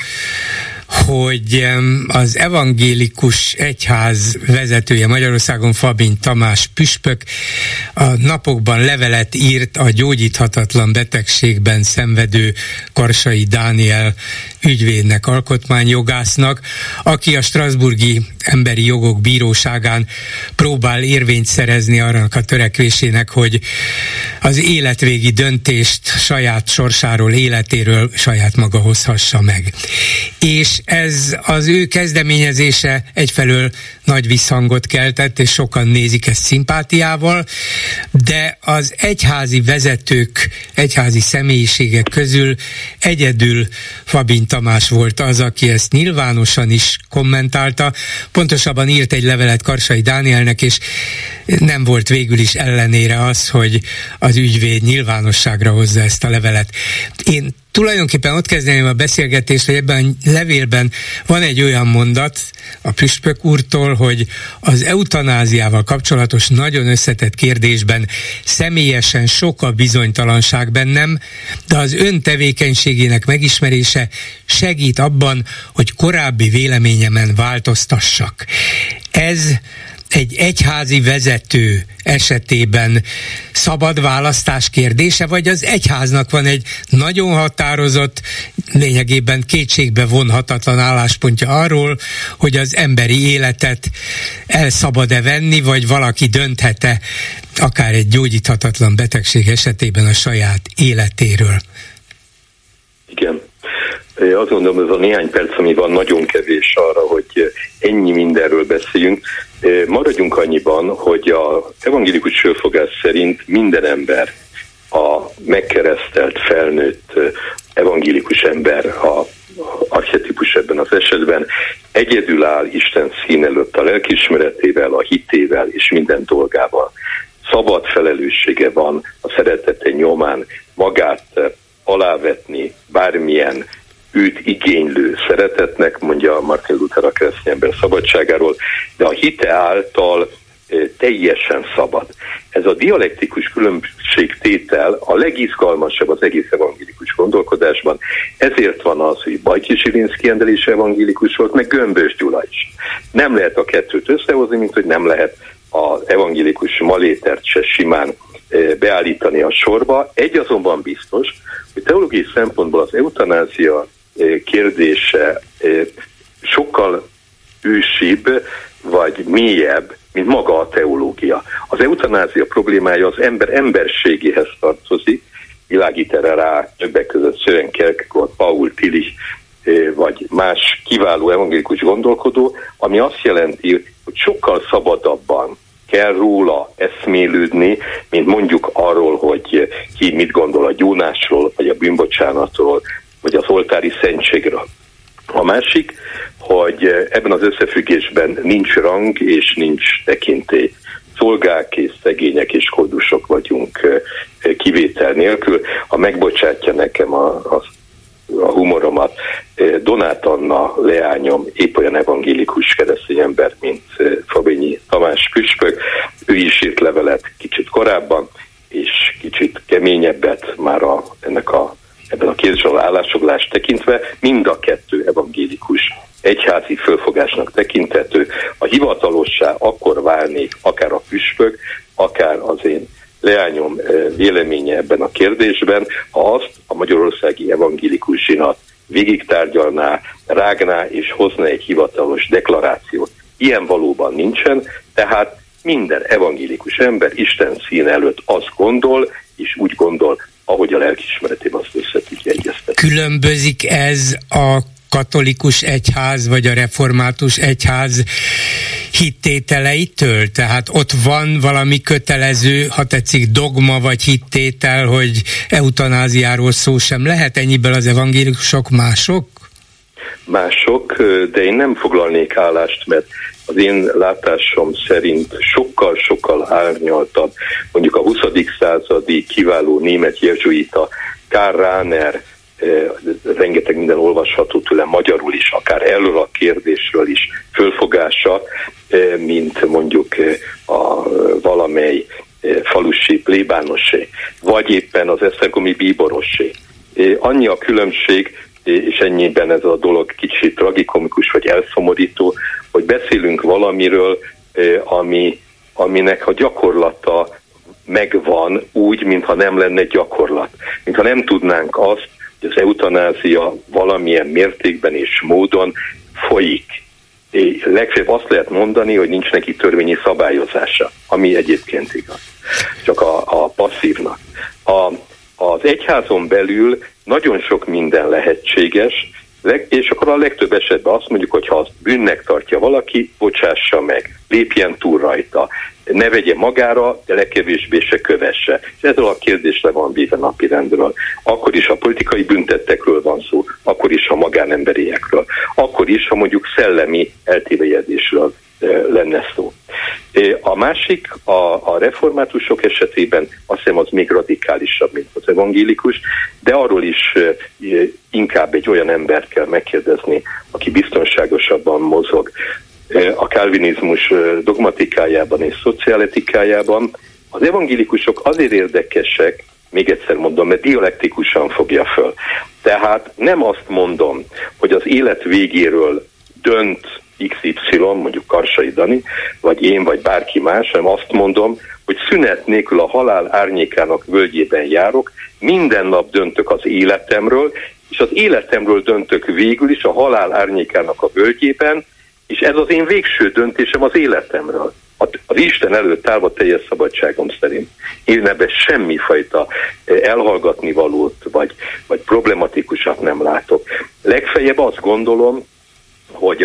hogy az evangélikus egyház vezetője Magyarországon, Fabin Tamás püspök a napokban levelet írt a gyógyíthatatlan betegségben szenvedő Karsai Dániel ügyvédnek, alkotmányjogásznak, aki a Strasbourgi Emberi Jogok Bíróságán próbál érvényt szerezni annak a törekvésének, hogy az életvégi döntést saját sorsáról, életéről saját maga hozhassa meg. És ez az ő kezdeményezése egyfelől nagy visszhangot keltett, és sokan nézik ezt szimpátiával, de az egyházi vezetők, egyházi személyiségek közül egyedül Fabin Tamás volt az, aki ezt nyilvánosan is kommentálta, pontosabban írt egy levelet Karsai Dánielnek, és nem volt végül is ellenére az, hogy az ügyvéd nyilvánosságra hozza ezt a levelet. Én tulajdonképpen ott kezdeném a beszélgetést, hogy ebben a levélben van egy olyan mondat a püspök úrtól, hogy az eutanáziával kapcsolatos nagyon összetett kérdésben személyesen sok a bizonytalanság bennem, de az ön tevékenységének megismerése segít abban, hogy korábbi véleményemen változtassak. Ez egy egyházi vezető esetében szabad választás kérdése, vagy az egyháznak van egy nagyon határozott, lényegében kétségbe vonhatatlan álláspontja arról, hogy az emberi életet el szabad-e venni, vagy valaki dönthet-e akár egy gyógyíthatatlan betegség esetében a saját életéről? Igen. Én azt gondolom, ez a néhány perc, ami van, nagyon kevés arra, hogy ennyi mindenről beszéljünk. Maradjunk annyiban, hogy az evangélikus fölfogás szerint minden ember, a megkeresztelt, felnőtt evangélikus ember, a archetípus ebben az esetben, egyedül áll Isten szín előtt a lelkiismeretével, a hitével és minden dolgával. Szabad felelőssége van a szeretete nyomán magát alávetni bármilyen őt igénylő szeretetnek, mondja Martin Luther a keresztény ember szabadságáról, de a hite által teljesen szabad. Ez a dialektikus különbségtétel a legizgalmasabb az egész evangélikus gondolkodásban, ezért van az, hogy Bajki Zsilinszky Endel evangélikus volt, meg Gömbös Gyula is. Nem lehet a kettőt összehozni, mint hogy nem lehet az evangélikus malétert se simán beállítani a sorba. Egy azonban biztos, hogy teológiai szempontból az eutanázia kérdése sokkal ősibb vagy mélyebb, mint maga a teológia. Az eutanázia problémája az ember emberségéhez tartozik, világít erre rá többek között Søren Kierkegaard, Paul Tillich vagy más kiváló evangélikus gondolkodó, ami azt jelenti, hogy sokkal szabadabban kell róla eszmélődni, mint mondjuk arról, hogy ki mit gondol a gyónásról, vagy a bűnbocsánatról, vagy az oltári szentségről. A másik, hogy ebben az összefüggésben nincs rang és nincs tekintély. Szolgák és szegények és koldusok vagyunk kivétel nélkül. Ha megbocsátja nekem a humoromat, Donát Anna leányom épp olyan evangélikus keresztény ember, mint Fabinyi Tamás püspök. Ő is írt levelet kicsit korábban, és kicsit keményebbet már ebben a kézzel állásfoglalást tekintve. Mind a kettő evangélikus egyházi fölfogásnak tekinthető. A hivatalossá akkor válnék akár a püspök, akár az én leányom véleménye ebben a kérdésben, ha azt a magyarországi evangélikus zsinat végigtárgyalná, rágná és hozna egy hivatalos deklarációt. Ilyen valóban nincsen, tehát minden evangélikus ember Isten színe előtt azt gondol, és úgy gondol, ahogy a lelkiismeretében azt össze tudja egyeztetni. Különbözik ez a katolikus egyház vagy a református egyház hittételeitől? Tehát ott van valami kötelező, ha tetszik, dogma vagy hittétel, hogy eutanáziáról szó sem lehet? Ennyiből az evangélikusok mások? Mások, de én nem foglalnék állást, mert az én látásom szerint sokkal-sokkal árnyaltabb, mondjuk a 20. századi kiváló német jezsuita Karl Rahner, rengeteg minden olvasható tőle magyarul is, akár erről a kérdésről is fölfogása, mint mondjuk a valamely falusi plébánosé, vagy éppen az esztergomi bíborosé. Annyi a különbség, és ennyiben ez a dolog kicsit tragikomikus vagy elszomorító, hogy beszélünk valamiről, aminek a gyakorlata megvan úgy, mintha nem lenne gyakorlat. Mintha nem tudnánk azt, hogy az eutanázia valamilyen mértékben és módon folyik. Legfeljebb azt lehet mondani, hogy nincs neki törvényi szabályozása, ami egyébként igaz. Csak a passzívnak. Az egyházon belül nagyon sok minden lehetséges, És akkor a legtöbb esetben azt mondjuk, hogy ha azt bűnnek tartja valaki, bocsássa meg, lépjen túl rajta, ne vegye magára, de legkevésbé se kövesse. És ezzel a kérdésre van véve napirendről. Akkor is, ha politikai büntettekről van szó, akkor is, ha magánemberiekről, akkor is, ha mondjuk szellemi eltévelyedésről lenne szó. A másik, a reformátusok esetében azt hiszem az még radikálisabb, mint az evangélikus, de arról is inkább egy olyan embert kell megkérdezni, aki biztonságosabban mozog. A kálvinizmus dogmatikájában és szociáletikájában az evangélikusok azért érdekesek, még egyszer mondom, mert dialektikusan fogja föl. Tehát nem azt mondom, hogy az élet végéről dönt XY, mondjuk Karsai Dani, vagy én, vagy bárki más, hanem azt mondom, hogy szünet nélkül a halál árnyékának völgyében járok, minden nap döntök az életemről, és az életemről döntök végül is a halál árnyékának a völgyében, és ez az én végső döntésem az életemről. Az Isten előtt állva teljes szabadságom szerint. Én ebben semmifajta elhallgatni valót, vagy problematikusat nem látok. Legfeljebb azt gondolom, hogy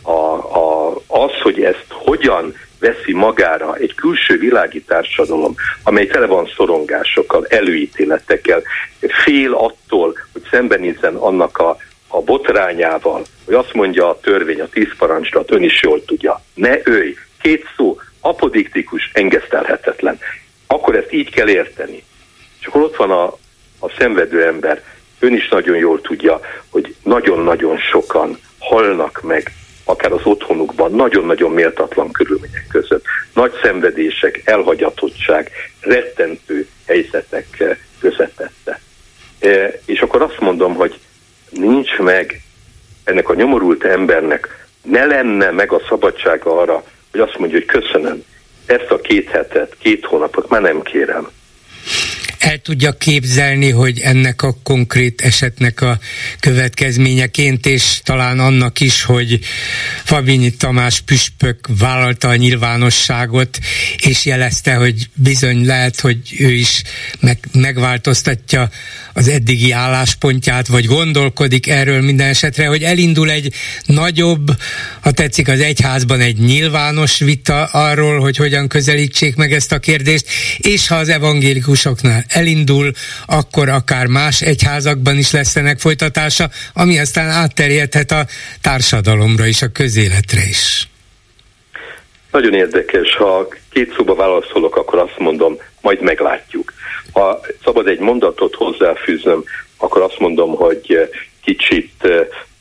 az, hogy ezt hogyan veszi magára egy külső világi társadalom, amely tele van szorongásokkal, előítéletekkel, fél attól, hogy szembenézzen annak a botrányával, hogy azt mondja a törvény, a 10 parancslat, ön is jól tudja, ne ölj, 2 szó, apodiktikus, engesztelhetetlen. Akkor ezt így kell érteni. És akkor ott van a szenvedő ember, ön is nagyon jól tudja, hogy nagyon-nagyon sokan halnak meg, akár az otthonukban, nagyon-nagyon méltatlan körülmények között. Nagy szenvedések, elhagyatottság, rettentő helyzetek közepette. És akkor azt mondom, hogy nincs meg ennek a nyomorult embernek, ne lenne meg a szabadsága arra, hogy azt mondja, hogy köszönöm, ezt a 2 hetet, 2 hónapot már nem kérem. El tudja képzelni, hogy ennek a konkrét esetnek a következményeként, és talán annak is, hogy Fabinyi Tamás püspök vállalta a nyilvánosságot, és jelezte, hogy bizony lehet, hogy ő is megváltoztatja az eddigi álláspontját, vagy gondolkodik erről minden esetre, hogy elindul egy nagyobb, ha tetszik, az egyházban egy nyilvános vita arról, hogy hogyan közelítsék meg ezt a kérdést, és ha az evangélikusoknál elindul, akkor akár más egyházakban is lesz ennek folytatása, ami aztán átterjedhet a társadalomra és a közéletre is. Nagyon érdekes, ha 2 szóba válaszolok, akkor azt mondom, majd meglátjuk. Ha szabad egy mondatot hozzáfűznöm, akkor azt mondom, hogy kicsit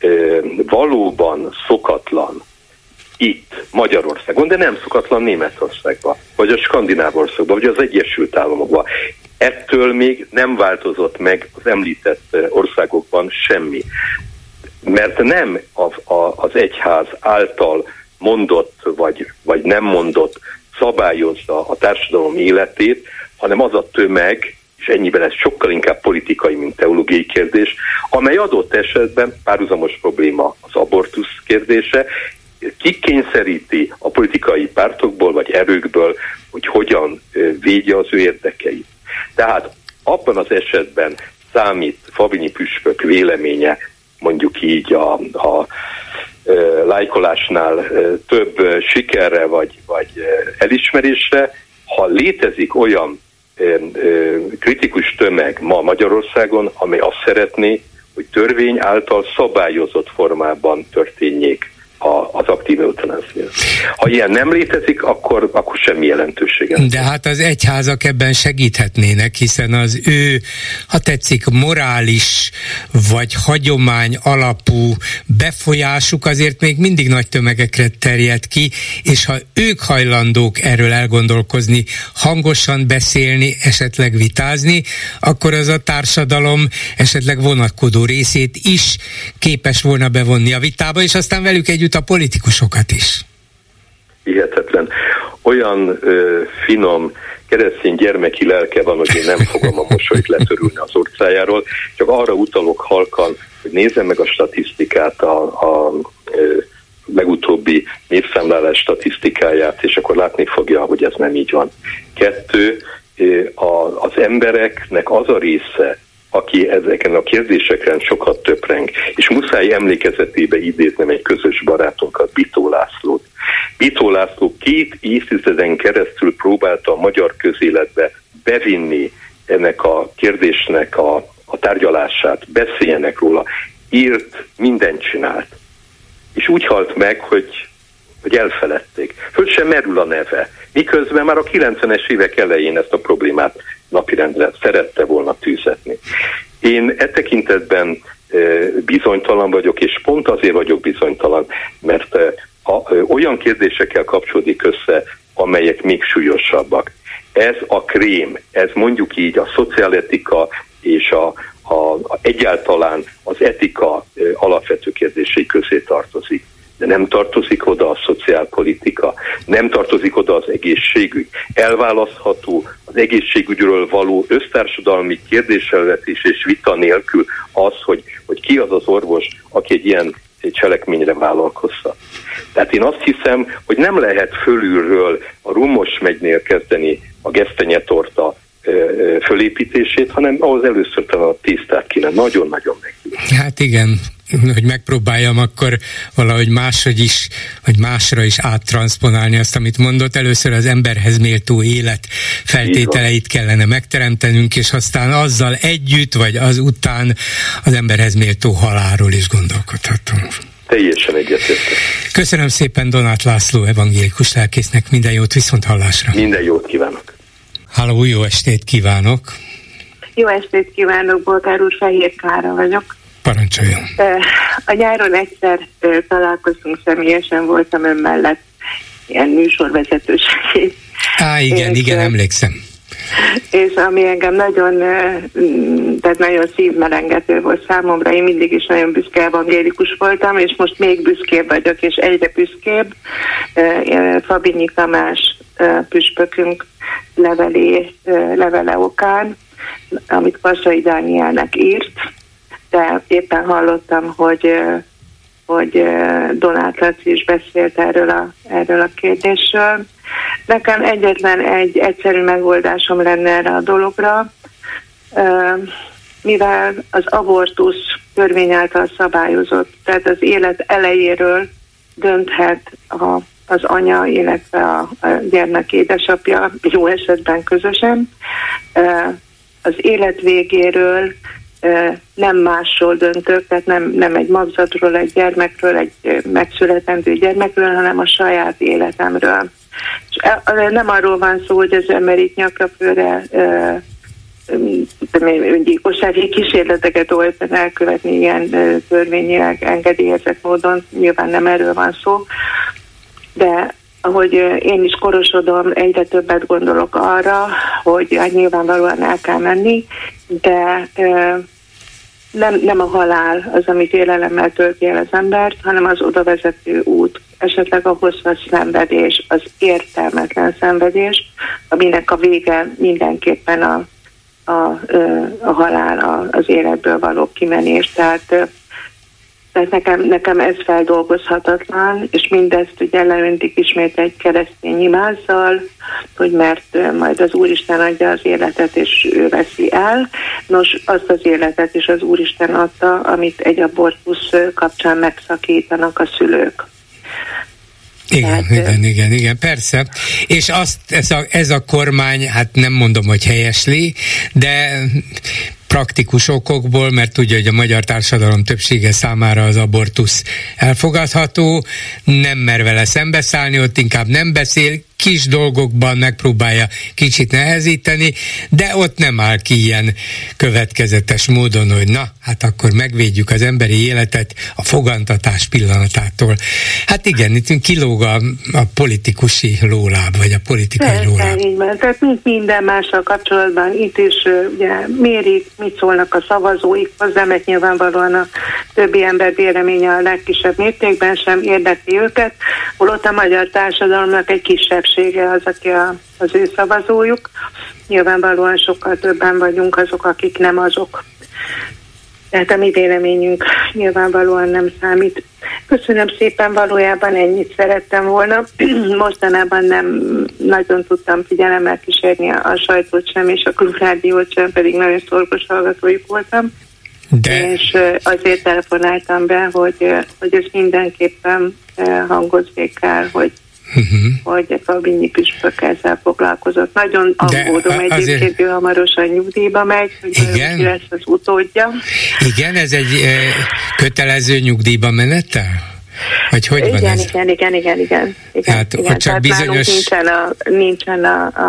valóban szokatlan itt Magyarországon, de nem szokatlan Németországban, vagy a Skandináv országban, vagy az Egyesült Államokban. Ettől még nem változott meg az említett országokban semmi. Mert nem az egyház által mondott, vagy nem mondott szabályozza a társadalom életét, hanem az a tömeg, és ennyiben ez sokkal inkább politikai, mint teológiai kérdés, amely adott esetben párhuzamos probléma az abortusz kérdése, kikényszeríti a politikai pártokból vagy erőkből, hogy hogyan védje az ő érdekeit. Tehát abban az esetben számít Fabinyi püspök véleménye, mondjuk így a lájkolásnál több sikerre vagy elismerésre, ha létezik olyan kritikus tömeg ma Magyarországon, amely azt szeretné, hogy törvény által szabályozott formában történjék az aktív eutanázia. Ha ilyen nem létezik, akkor semmi jelentősége. De hát az egyházak ebben segíthetnének, hiszen az ő, ha tetszik, morális vagy hagyomány alapú befolyásuk azért még mindig nagy tömegekre terjed ki, és ha ők hajlandók erről elgondolkozni, hangosan beszélni, esetleg vitázni, akkor az a társadalom esetleg vonakodó részét is képes volna bevonni a vitába, és aztán velük együtt a politikusokat is. Hihetetlen. Olyan finom keresztény gyermeki lelke van, hogy én nem fogom a mosolyt letörülni az orcájáról, csak arra utalok halkan, hogy nézzem meg a statisztikát, a legutóbbi népszámlálás statisztikáját, és akkor látni fogja, hogy ez nem így van. 2, az embereknek az a része, aki ezeken a kérdésekre sokat töpreng, és muszáj emlékezetébe idéznem egy közös barátunkat, Bitó Lászlót. Bitó László 2 évtizeden keresztül próbálta a magyar közéletbe bevinni ennek a kérdésnek a tárgyalását, beszéljenek róla, írt, mindent csinált. És úgy halt meg, hogy elfeledték. Föl sem merül a neve. Miközben már a 90-es évek elején ezt a problémát napirendre szerette volna tűzetni. Én e tekintetben bizonytalan vagyok, és pont azért vagyok bizonytalan, mert olyan kérdésekkel kapcsolódik össze, amelyek még súlyosabbak. Ez a krém, ez mondjuk így a szociáletika és egyáltalán az etika alapvető kérdései közé tartozik. De nem tartozik oda a szociálpolitika, nem tartozik oda az egészségügy. Elválasztható az egészségügyről való össztársadalmi kérdésfelvetés és vita nélkül az, hogy ki az az orvos, aki egy ilyen cselekményre vállalkozza. Tehát én azt hiszem, hogy nem lehet fölülről a Rumos-megynél kezdeni a gesztenyetorta fölépítését, hanem ahhoz először talán a tésztát kéne nagyon-nagyon meggyőzni. Hát igen, hogy megpróbáljam akkor valahogy máshogy is, vagy másra is áttranszponálni azt, amit mondott. Először az emberhez méltó élet feltételeit kellene megteremtenünk, és aztán azzal együtt, vagy az után az emberhez méltó halálról is gondolkodhatunk. Teljesen egyetértek. Köszönöm szépen Donát László evangélikus lelkésznek, minden jót, viszonthallásra. Minden jót kívánok. Halló, jó estét kívánok! Jó estét kívánok, Bolgár úr, Fehér Klára vagyok. Parancsoljon! A nyáron egyszer találkoztunk személyesen, voltam ön mellett ilyen műsorvezetőségét. Igen, emlékszem. És ami engem nagyon szívmelengető volt számomra, én mindig is nagyon büszke evangélikus voltam, és most még büszkébb vagyok, és egyre büszkébb. Fabinyi Tamás püspökünk levele okán, amit Kassai Dánielnek írt, de éppen hallottam, hogy Donát Laci is beszélt erről a kérdésről. Nekem egyetlen egy egyszerű megoldásom lenne erre a dologra, mivel az abortusz törvény által szabályozott, tehát az élet elejéről dönthet az anya, illetve a gyermek édesapja, jó esetben közösen, az élet végéről nem másról döntök, tehát nem egy magzatról, egy gyermekről, egy megszületendő gyermekről, hanem a saját életemről. És nem arról van szó, hogy az ember itt nyakrafőre öngyilkossági kísérleteket oltani elkövetni ilyen törvényileg engedélyezett módon, nyilván nem erről van szó, de ahogy én is korosodom, egyre többet gondolok arra, hogy hát nyilvánvalóan el kell menni, de nem a halál az, amit élelemmel tölti el az embert, hanem az oda vezető út, esetleg a hosszas szenvedés, az értelmetlen szenvedés, aminek a vége mindenképpen a halál, az életből való kimenés. Tehát nekem ez feldolgozhatatlan, és mindezt ugye leöntik ismét egy keresztény imázzal, hogy mert majd az Úristen adja az életet, és ő veszi el. Nos, azt az életet is az Úristen adta, amit egy abortusz kapcsán megszakítanak a szülők. Igen, persze. És ez a kormány, hát nem mondom, hogy helyesli, de praktikus okokból, mert tudja, hogy a magyar társadalom többsége számára az abortusz elfogadható, nem mer vele szembeszállni, ott inkább nem beszél, kis dolgokban megpróbálja kicsit nehezíteni, de ott nem áll ki ilyen következetes módon, hogy na, hát akkor megvédjük az emberi életet a fogantatás pillanatától. Hát igen, itt kilóg a politikusi lóláb, vagy a politikai lóláb. Így van, tehát minden mással kapcsolatban itt is ugye mérik, mit szólnak a szavazóik hozzá, mert nyilvánvalóan a többi ember véleménye a legkisebb mértékben sem érdekli őket, holott a magyar társadalomnak egy kisebbsége az, aki az ő szavazójuk. Nyilvánvalóan sokkal többen vagyunk azok, akik nem azok. Tehát a mi véleményünk nyilvánvalóan nem számít. Köszönöm szépen, valójában ennyit szerettem volna. Mostanában nem nagyon tudtam figyelemmel kísérni a sajtót sem, és a klubrádiót sem, pedig nagyon szorgos hallgatójuk voltam. És azért telefonáltam be, hogy ez mindenképpen hangozzék el, hogy hogy Fabinyi püspök ezzel foglalkozott. Nagyon aggódom egyébként, ő hamarosan nyugdíjba megy, hogy ki lesz az utódja. Igen, ez egy kötelező nyugdíjba menetel? Vagy hogy van ez? Igen. Hát, igen. Csak bizonyos... nincsen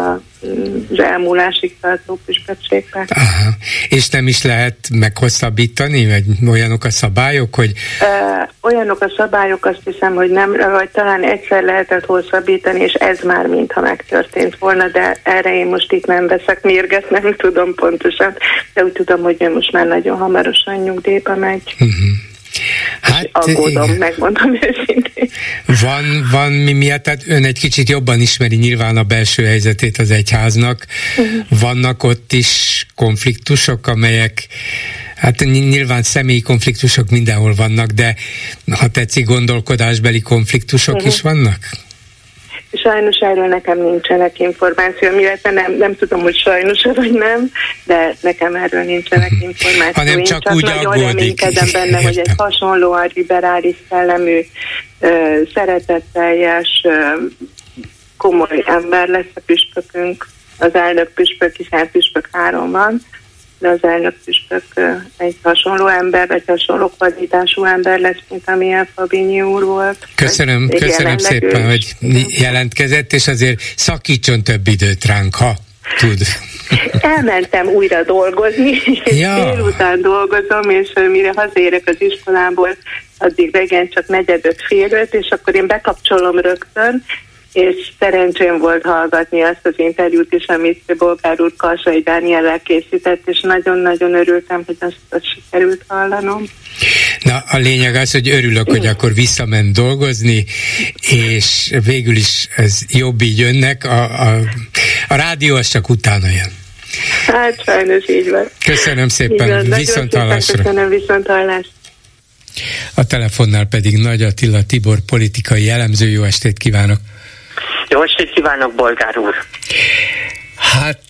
az elmúlásig tartó püspökségben. Aha. És nem is lehet meghosszabbítani? Vagy olyanok a szabályok, hogy... Olyanok a szabályok, azt hiszem, hogy nem, vagy talán egyszer lehetett hosszabbítani, és ez már mintha megtörtént volna, de erre én most itt nem veszek mérget, nem tudom pontosan, de úgy tudom, hogy ő most már nagyon hamarosan nyugdíjba megy. Hát, aggódom, megmondom őszintén. Van mi miatt, tehát ön egy kicsit jobban ismeri nyilván a belső helyzetét az egyháznak. Vannak ott is konfliktusok, amelyek, hát nyilván személyi konfliktusok mindenhol vannak, de ha tetszik, gondolkodásbeli konfliktusok is vannak? Sajnos erről nekem nincsenek információim, illetve nem tudom, hogy sajnos vagy nem, de nekem erről nincsenek információim. Hanem csak úgy nagyon reménykedem benne, hogy egy hasonlóan liberális szellemű, szeretetteljes, komoly ember lesz a püspökünk, az elnök püspök, hiszen püspök 3 van, de az elnök püspök egy hasonló ember, egy hasonló kvalitású ember lesz, mint amilyen Fabinyi úr volt. Köszönöm szépen, hogy jelentkezett, és azért szakítson több időt ránk, ha tud. Elmentem újra dolgozni, és délután dolgozom, és mire hazaérek az iskolából, addig reggel csak 4:45, és akkor én bekapcsolom rögtön, és szerencsém volt hallgatni azt az interjút is, amit Bolgár úr Karsai Dániellel készített, és nagyon-nagyon örültem, hogy azt sikerült hallanom. Na, a lényeg az, hogy örülök, hogy akkor visszament dolgozni, és végül is ez jobb így önnek, a rádió az csak utána jön. Hát sajnos így van. Köszönöm szépen, viszonthallásra. Köszönöm, viszonthallásra. A telefonnál pedig Nagy Attila Tibor politikai elemző, jó estét kívánok! Jó estét kívánok, Bolgár úr! Hát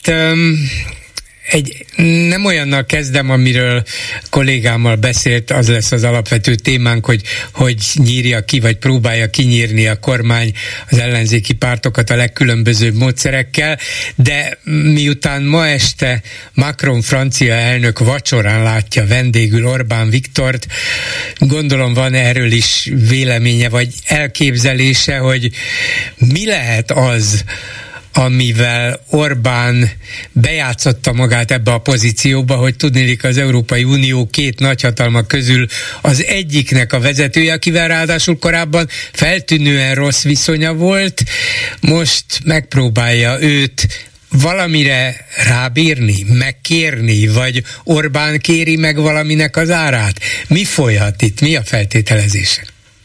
nem olyannal kezdem, amiről kollégámmal beszélt, az lesz az alapvető témánk, hogy nyírja ki, vagy próbálja kinyírni a kormány az ellenzéki pártokat a legkülönbözőbb módszerekkel, de miután ma este Macron francia elnök vacsorán látja vendégül Orbán Viktort, gondolom van erről is véleménye, vagy elképzelése, hogy mi lehet az, amivel Orbán bejátszotta magát ebbe a pozícióba, hogy tudniillik az Európai Unió 2 nagyhatalma közül az egyiknek a vezetője, akivel ráadásul korábban feltűnően rossz viszonya volt, most megpróbálja őt valamire rábírni, megkérni, vagy Orbán kéri meg valaminek az árát. Mi folyhat itt? Mi a feltételezése?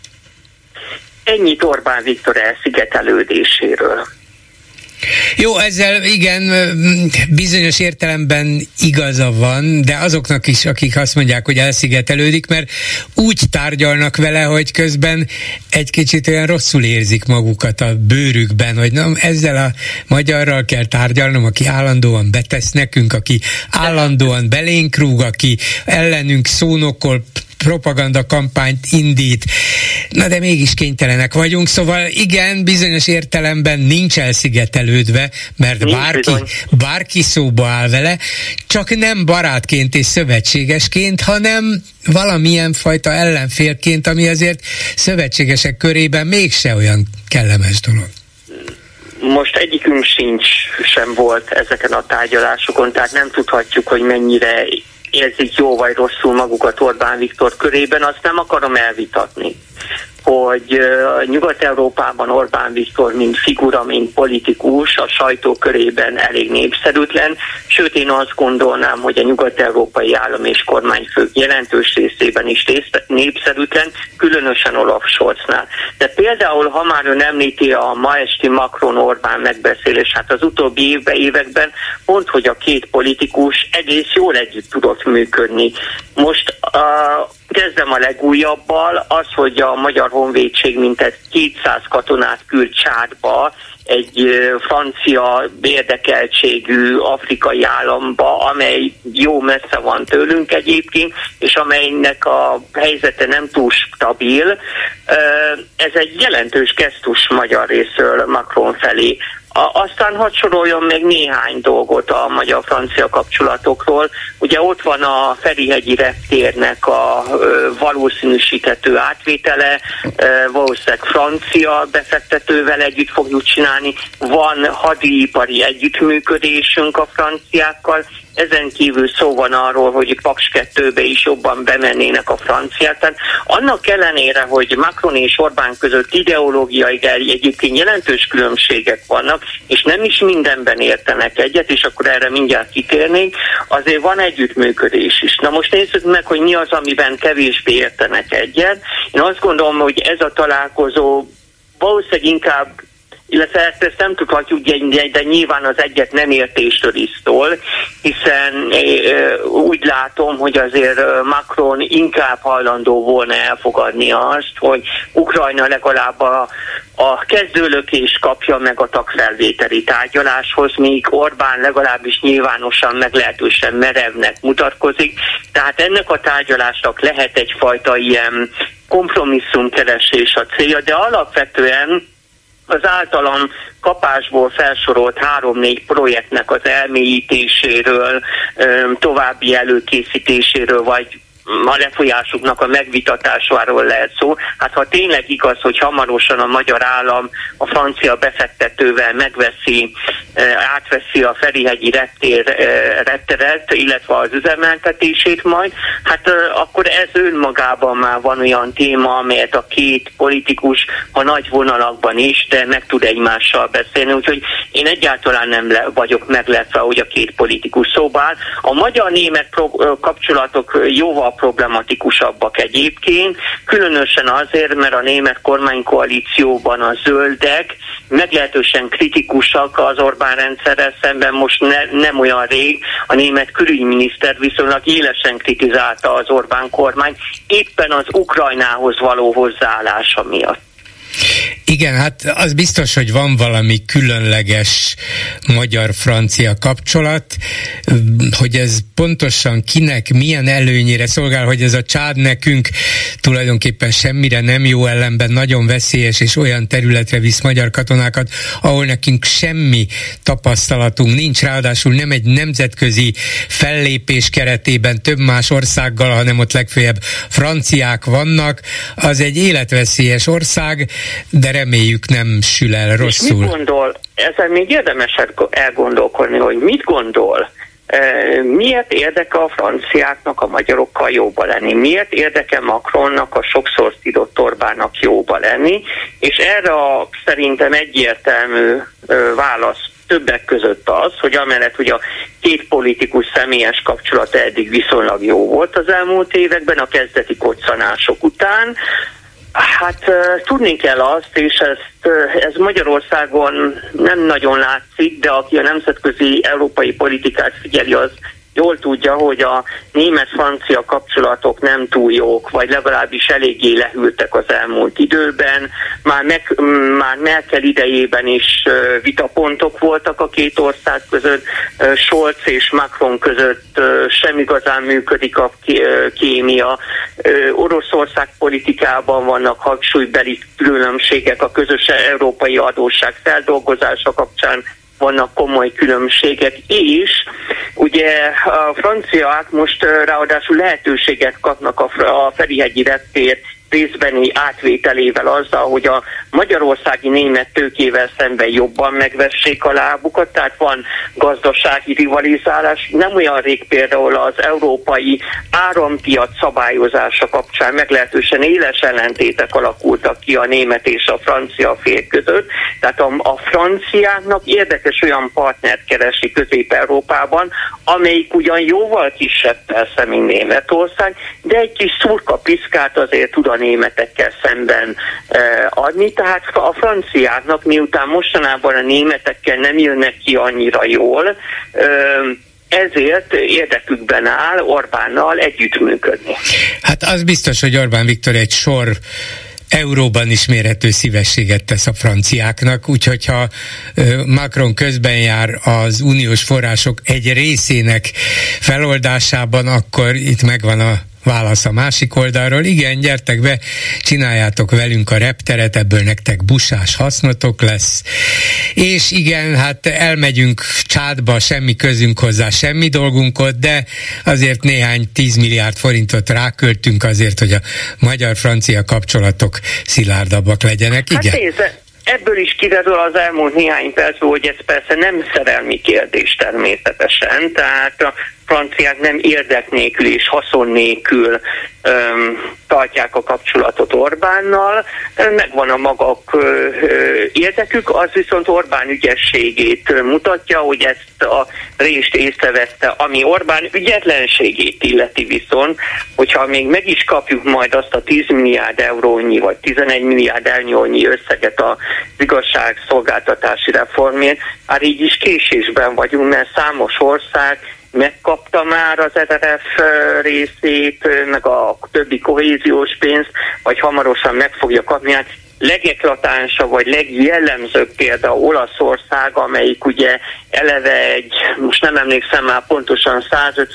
Ennyit Orbán Viktor elszigetelődéséről. Jó, ezzel igen, bizonyos értelemben igaza van, de azoknak is, akik azt mondják, hogy elszigetelődik, mert úgy tárgyalnak vele, hogy közben egy kicsit olyan rosszul érzik magukat a bőrükben, hogy na, ezzel a magyarral kell tárgyalnom, aki állandóan betesz nekünk, aki állandóan belénk rúg, aki ellenünk szónokol, propaganda kampányt indít. Na de mégis kénytelenek vagyunk, szóval igen, bizonyos értelemben nincs elszigetelődve, mert bárki szóba áll vele, csak nem barátként és szövetségesként, hanem valamilyen fajta ellenfélként, ami azért szövetségesek körében mégse olyan kellemes dolog. Most egyikünk sem volt ezeken a tárgyalásokon, tehát nem tudhatjuk, hogy mennyire érzik jó vagy rosszul magukat Orbán Viktor körében, azt nem akarom elvitatni, hogy Nyugat-Európában Orbán Viktor mint figura, mint politikus a sajtó körében elég népszerűtlen, sőt én azt gondolnám, hogy a nyugat-európai állam és kormányfők jelentős részében is népszerűtlen, különösen Olaf Scholznál. De például, ha már ön említi a ma esti Macron-Orbán megbeszélés, hát az utóbbi években pont, hogy a 2 politikus egész jól együtt tudott működni. Most Kezdem a legújabbal, az, hogy a Magyar Honvédség mintegy 200 katonát küld Csádba, egy francia érdekeltségű afrikai államba, amely jó messze van tőlünk egyébként, és amelynek a helyzete nem túl stabil. Ez egy jelentős gesztus magyar részről Macron felé. Aztán hadd soroljon még néhány dolgot a magyar-francia kapcsolatokról. Ugye ott van a Ferihegyi reptérnek a valószínűsíthető átvétele, valószínűleg francia befektetővel együtt fogjuk csinálni. Van hadipari együttműködésünk a franciákkal, ezen kívül szó van arról, hogy Paks 2-be is jobban bemennének a franciák. Tehát annak ellenére, hogy Macron és Orbán között ideológiai egyébként jelentős különbségek vannak, és nem is mindenben értenek egyet, és akkor erre mindjárt kitérnénk, azért van együttműködés is. Na most nézzük meg, hogy mi az, amiben kevésbé értenek egyet. Én azt gondolom, hogy ez a találkozó valószínűleg inkább, illetve ezt nem tudhatjuk, de nyilván az egyet nem értéstől is szól, hiszen úgy látom, hogy azért Macron inkább hajlandó volna elfogadni azt, hogy Ukrajna legalább a kezdőlökést kapja meg a tagfelvételi tárgyaláshoz, míg Orbán legalábbis nyilvánosan meglehetősen merevnek mutatkozik. Tehát ennek a tárgyalásnak lehet egyfajta ilyen kompromisszumkeresés a célja, de alapvetően az általam kapásból felsorolt 3-4 projektnek az elmélyítéséről, további előkészítéséről, vagy a lefolyásuknak a megvitatásáról lehet szó. Hát ha tényleg igaz, hogy hamarosan a magyar állam a francia befektetővel átveszi a Ferihegyi repteret, illetve az üzemeltetését majd, hát akkor ez önmagában már van olyan téma, amelyet a két politikus, ha nagy vonalakban is, de meg tud egymással beszélni. Úgyhogy én egyáltalán nem vagyok meglepve, hogy a két politikus szóba áll. A magyar-német kapcsolatok jóval problematikusabbak egyébként, különösen azért, mert a német kormánykoalícióban a zöldek meglehetősen kritikusak az Orbán rendszerrel szemben. Most nem olyan rég a német külügyminiszter viszonylag élesen kritizálta az Orbán kormány éppen az Ukrajnához való hozzáállása miatt. Igen, hát az biztos, hogy van valami különleges magyar-francia kapcsolat, hogy ez pontosan kinek milyen előnyére szolgál, hogy ez a Csád nekünk tulajdonképpen semmire nem jó, ellenben nagyon veszélyes, és olyan területre visz magyar katonákat, ahol nekünk semmi tapasztalatunk nincs, ráadásul nem egy nemzetközi fellépés keretében több más országgal, hanem ott legfeljebb franciák vannak, az egy életveszélyes ország, de reméljük nem sül el rosszul. És mit gondol, ezzel még érdemes elgondolkodni, hogy mit gondol, miért érdeke a franciáknak a magyarokkal jóba lenni, miért érdeke Macronnak a sokszor szidott Orbánnak jóba lenni, és erre szerintem egyértelmű válasz többek között az, hogy amellett, hogy a két politikus személyes kapcsolata eddig viszonylag jó volt az elmúlt években, a kezdeti koccanások után, hát tudni kell azt, és ez Magyarországon nem nagyon látszik, de aki a nemzetközi európai politikát figyeli, az jól tudja, hogy a német-francia kapcsolatok nem túl jók, vagy legalábbis eléggé lehűltek az elmúlt időben. Már Merkel idejében is vitapontok voltak a két ország között, Scholz és Macron között sem igazán működik a kémia. Oroszország politikában vannak hangsúlybeli különbségek, a közös európai adósság feldolgozása kapcsán vannak komoly különbségek, és ugye a franciák most ráadásul lehetőséget kapnak a Ferihegyi reptér részbeni átvételével azzal, hogy a magyarországi német tőkével szemben jobban megvessék a lábukat, tehát van gazdasági rivalizálás. Nem olyan rég például az európai árampiac szabályozása kapcsán meglehetősen éles ellentétek alakultak ki a német és a francia fél között. Tehát a franciáknak érdekes olyan partnert keresi Közép-Európában, amelyik ugyan jóval kisebb persze, mint Németország, de egy kis szurkapiszkát azért tud a németekkel szemben adni. Tehát a franciáknak, miután mostanában a németekkel nem jönnek ki annyira jól, ezért érdekükben áll Orbánnal együttműködni. Hát az biztos, hogy Orbán Viktor egy sor euróban is mérhető szívességet tesz a franciáknak, úgyhogy ha Macron közben jár az uniós források egy részének feloldásában, akkor itt megvan a válasz a másik oldalról. Igen, gyertek be, csináljátok velünk a repteret, ebből nektek busás hasznotok lesz. És igen, hát elmegyünk Csádba, semmi közünk hozzá, semmi dolgunk ott, de azért néhány 10 milliárd forintot ráköltünk azért, hogy a magyar-francia kapcsolatok szilárdabbak legyenek. Igen. Hát nézze, ebből is kiderül az elmúlt néhány percből, hogy ez persze nem szerelmi kérdés természetesen, tehát a franciák nem érdek nélkül és haszon nélkül tartják a kapcsolatot Orbánnal, megvan a maguk érdekük, az viszont Orbán ügyességét mutatja, hogy ezt a részt észrevette, ami Orbán ügyetlenségét illeti viszont, hogyha még meg is kapjuk majd azt a 10 milliárd eurónyi vagy 11 milliárd eurónyi összeget az igazságszolgáltatási reformért, hát így is késésben vagyunk, mert számos ország megkapta már az RRF részét, meg a többi kohéziós pénzt, vagy hamarosan meg fogja kapni. Hát legeklatánsabb, vagy legjellemzőbb példa Olaszország, amelyik ugye eleve most nem emlékszem már pontosan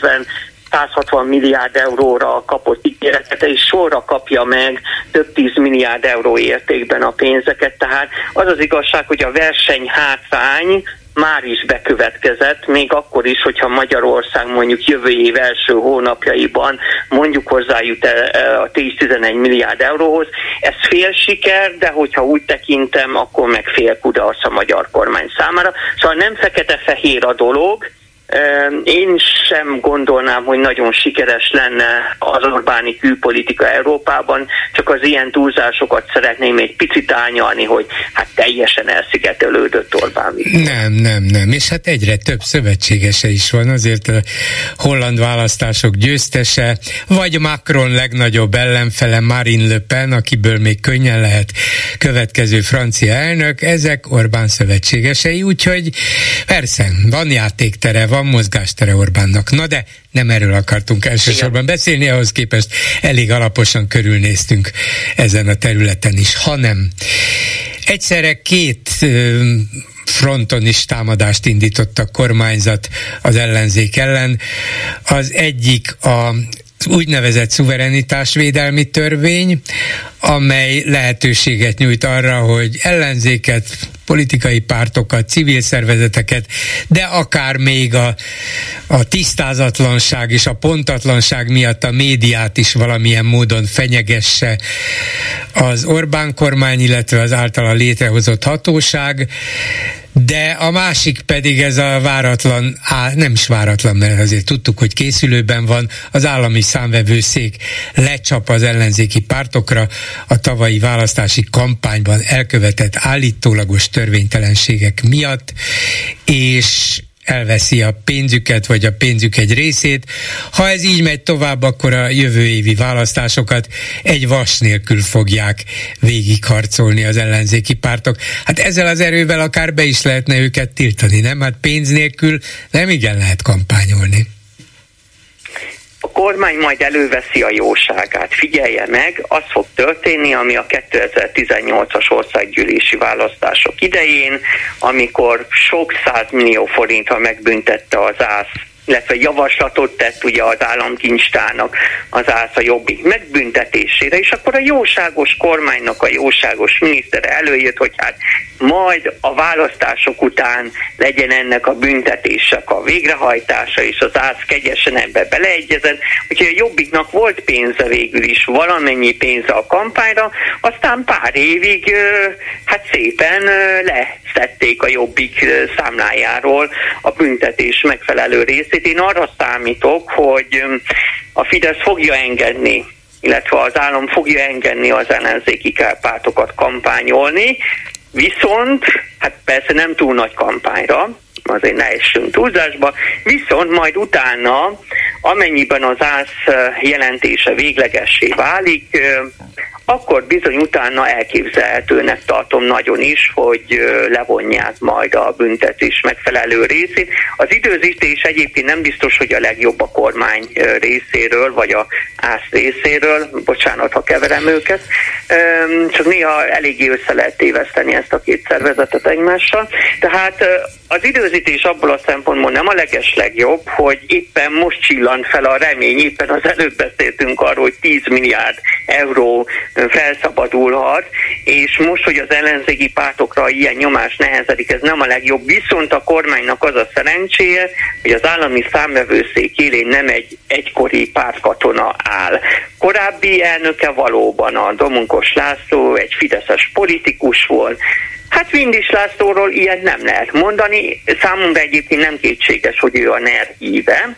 160 milliárd euróra kapott ígéretet, és sorra kapja meg több 10 milliárd euró értékben a pénzeket. Tehát az az igazság, hogy a versenyhátrány már is bekövetkezett, még akkor is, hogyha Magyarország mondjuk jövő év első hónapjaiban mondjuk hozzájut a 10-11 milliárd euróhoz. Ez fél siker, de hogyha úgy tekintem, akkor meg fél kudarc a magyar kormány számára. Szóval nem fekete-fehér a dolog. Én sem gondolnám, hogy nagyon sikeres lenne az Orbáni külpolitika Európában, csak az ilyen túlzásokat szeretném egy picit árnyalni, hogy hát teljesen elszigetelődött Orbán. Nem, és hát egyre több szövetségese is van, azért a holland választások győztese, vagy Macron legnagyobb ellenfele Marine Le Pen, akiből még könnyen lehet következő francia elnök, ezek Orbán szövetségesei, úgyhogy persze, van játéktere, van mozgástere Orbánnak. Na de nem erről akartunk elsősorban beszélni, ahhoz képest elég alaposan körülnéztünk ezen a területen is, hanem egyszerre két fronton is támadást indított a kormányzat az ellenzék ellen. Az egyik a úgynevezett szuverenitásvédelmi törvény, amely lehetőséget nyújt arra, hogy ellenzéket, politikai pártokat, civil szervezeteket, de akár még a tisztázatlanság és a pontatlanság miatt a médiát is valamilyen módon fenyegesse az Orbán kormány, illetve az általa létrehozott hatóság, de a másik pedig ez a váratlan, nem is váratlan, mert azért tudtuk, hogy készülőben van, az állami számvevőszék lecsap az ellenzéki pártokra a tavalyi választási kampányban elkövetett állítólagos törvénytelenségek miatt, és elveszi a pénzüket, vagy a pénzük egy részét. Ha ez így megy tovább, akkor a jövő évi választásokat egy vas nélkül fogják végigharcolni az ellenzéki pártok. Hát ezzel az erővel akár be is lehetne őket tiltani, nem? Hát pénz nélkül nem igen lehet kampányolni. A kormány majd előveszi a jóságát. Figyelje meg, az fog történni, ami a 2018-as országgyűlési választások idején, amikor sok 100 millió forinttal megbüntette az ÁSZ, illetve javaslatot tett ugye az államkincstárnak az ÁSZ a Jobbik megbüntetésére, és akkor a jóságos kormánynak a jóságos minisztere előjött, hogy hát majd a választások után legyen ennek a büntetések a végrehajtása, és az ÁSZ kegyesen ebbe beleegyezett, úgyhogy a Jobbiknak volt pénze végül is, valamennyi pénze a kampányra, aztán pár évig hát szépen leszedték a Jobbik számlájáról a büntetés megfelelő részét. Én arra számítok, hogy a Fidesz fogja engedni, illetve az állam fogja engedni az ellenzéki pártokat kampányolni, viszont, hát persze nem túl nagy kampányra, azért ne essünk túlzásba, viszont majd utána, amennyiben az ÁSZ jelentése véglegessé válik, akkor bizony utána elképzelhetőnek tartom nagyon is, hogy levonják majd a büntetés megfelelő részét. Az időzítés egyébként nem biztos, hogy a legjobb a kormány részéről, vagy a ÁSZ részéről, bocsánat, ha keverem őket, csak néha eléggé össze lehet téveszteni ezt a két szervezetet egymással. Tehát az időzítés abból a szempontból nem a legeslegjobb, hogy éppen most csillant fel a remény, éppen az előbb beszéltünk arról, hogy 10 milliárd euró felszabadulhat, és most, hogy az ellenzéki pártokra ilyen nyomás nehezedik, ez nem a legjobb, viszont a kormánynak az a szerencséje, hogy az állami számvevőszék élén nem egy egykori pártkatona áll. Korábbi elnöke valóban a Domonkos László egy fideszes politikus volt. Hát Vindis Lászlóról ilyet nem lehet mondani. Számomra egyébként nem kétséges, hogy ő a NER híve,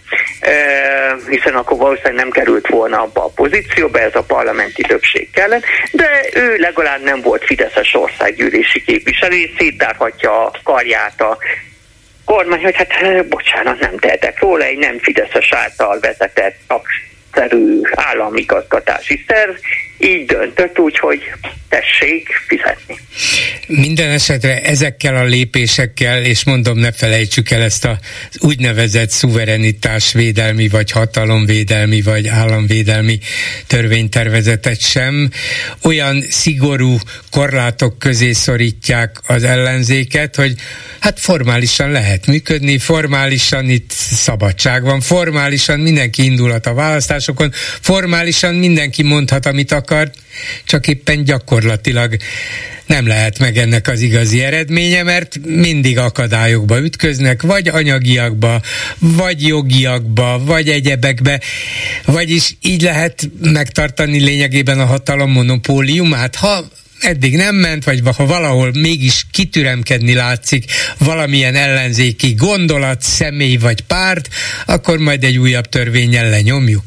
hiszen akkor valószínűleg nem került volna abba a pozícióba, ez a parlamenti többség kellett, de ő legalább nem volt fideszes országgyűlési képviselő, és széttárhatja a karját a kormány, hogy hát bocsánat, nem tehetek róla, egy nem fideszes által vezetett tagszerű államigazgatási szerv, így döntött, úgyhogy tessék fizetni. Minden esetre ezekkel a lépésekkel, és mondom, ne felejtsük el ezt az úgynevezett szuverenitásvédelmi, vagy hatalomvédelmi, vagy államvédelmi törvénytervezetet sem, olyan szigorú korlátok közé szorítják az ellenzéket, hogy hát formálisan lehet működni, formálisan itt szabadság van, formálisan mindenki indulhat a választásokon, formálisan mindenki mondhat, amit akar, csak éppen gyakorlatilag nem lehet meg ennek az igazi eredménye, mert mindig akadályokba ütköznek, vagy anyagiakba, vagy jogiakba, vagy egyebekbe, vagyis így lehet megtartani lényegében a hatalom monopóliumát. Ha eddig nem ment, vagy ha valahol mégis kitüremkedni látszik valamilyen ellenzéki gondolat, személy vagy párt, akkor majd egy újabb törvénnyel lenyomjuk.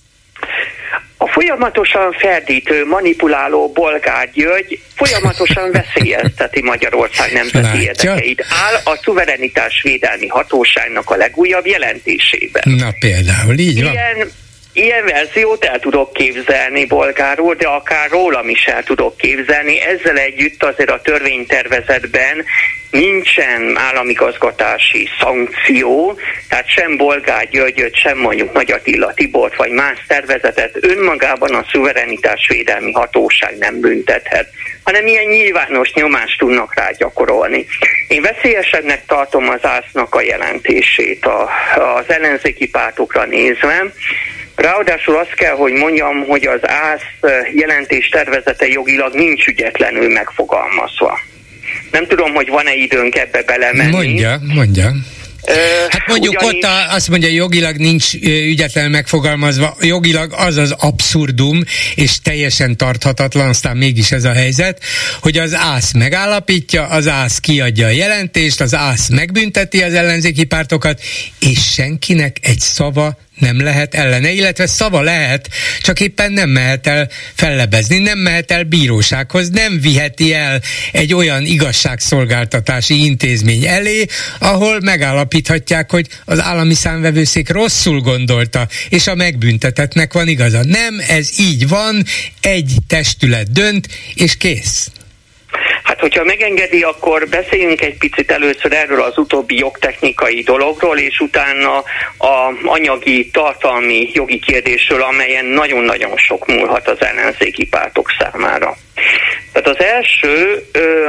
A folyamatosan ferdítő, manipuláló Bolgár György folyamatosan veszélyezteti Magyarország nemzeti érdekeit. Áll a szuverenitásvédelmi hatóságnak a legújabb jelentésében. Na például, így van. Ilyen verziót el tudok képzelni Bolgárról, de akár rólam is el tudok képzelni. Ezzel együtt azért a törvénytervezetben nincsen államigazgatási szankció, tehát sem Bolgár Györgyöt, sem mondjuk Nagy Attila Tibort, vagy más szervezetet önmagában a szuverenitásvédelmi hatóság nem büntethet, hanem ilyen nyilvános nyomást tudnak rá gyakorolni. Én veszélyesebbnek tartom az ÁSZ-nak a jelentését az ellenzéki pártokra nézve. Ráadásul azt kell, hogy mondjam, hogy az ÁSZ jelentés tervezete jogilag nincs ügyetlenül megfogalmazva. Nem tudom, hogy van-e időnk ebbe belemenni. Mondja. Hát mondjuk ott azt mondja, jogilag nincs ügyetlen megfogalmazva, jogilag az az abszurdum, és teljesen tarthatatlan, aztán mégis ez a helyzet, hogy az ÁSZ megállapítja, az ÁSZ kiadja a jelentést, az ÁSZ megbünteti az ellenzéki pártokat, és senkinek egy szava nem lehet ellene, illetve szava lehet, csak éppen nem mehet el fellebezni, nem mehet el bírósághoz, nem viheti el egy olyan igazságszolgáltatási intézmény elé, ahol megállapíthatják, hogy az állami számvevőszék rosszul gondolta, és a megbüntetettnek van igaza. Nem, ez így van, egy testület dönt, és kész. Hát, hogyha megengedi, akkor beszéljünk egy picit először erről az utóbbi jogtechnikai dologról, és utána az anyagi, tartalmi jogi kérdésről, amelyen nagyon-nagyon sok múlhat az ellenzéki pártok számára. Tehát az első,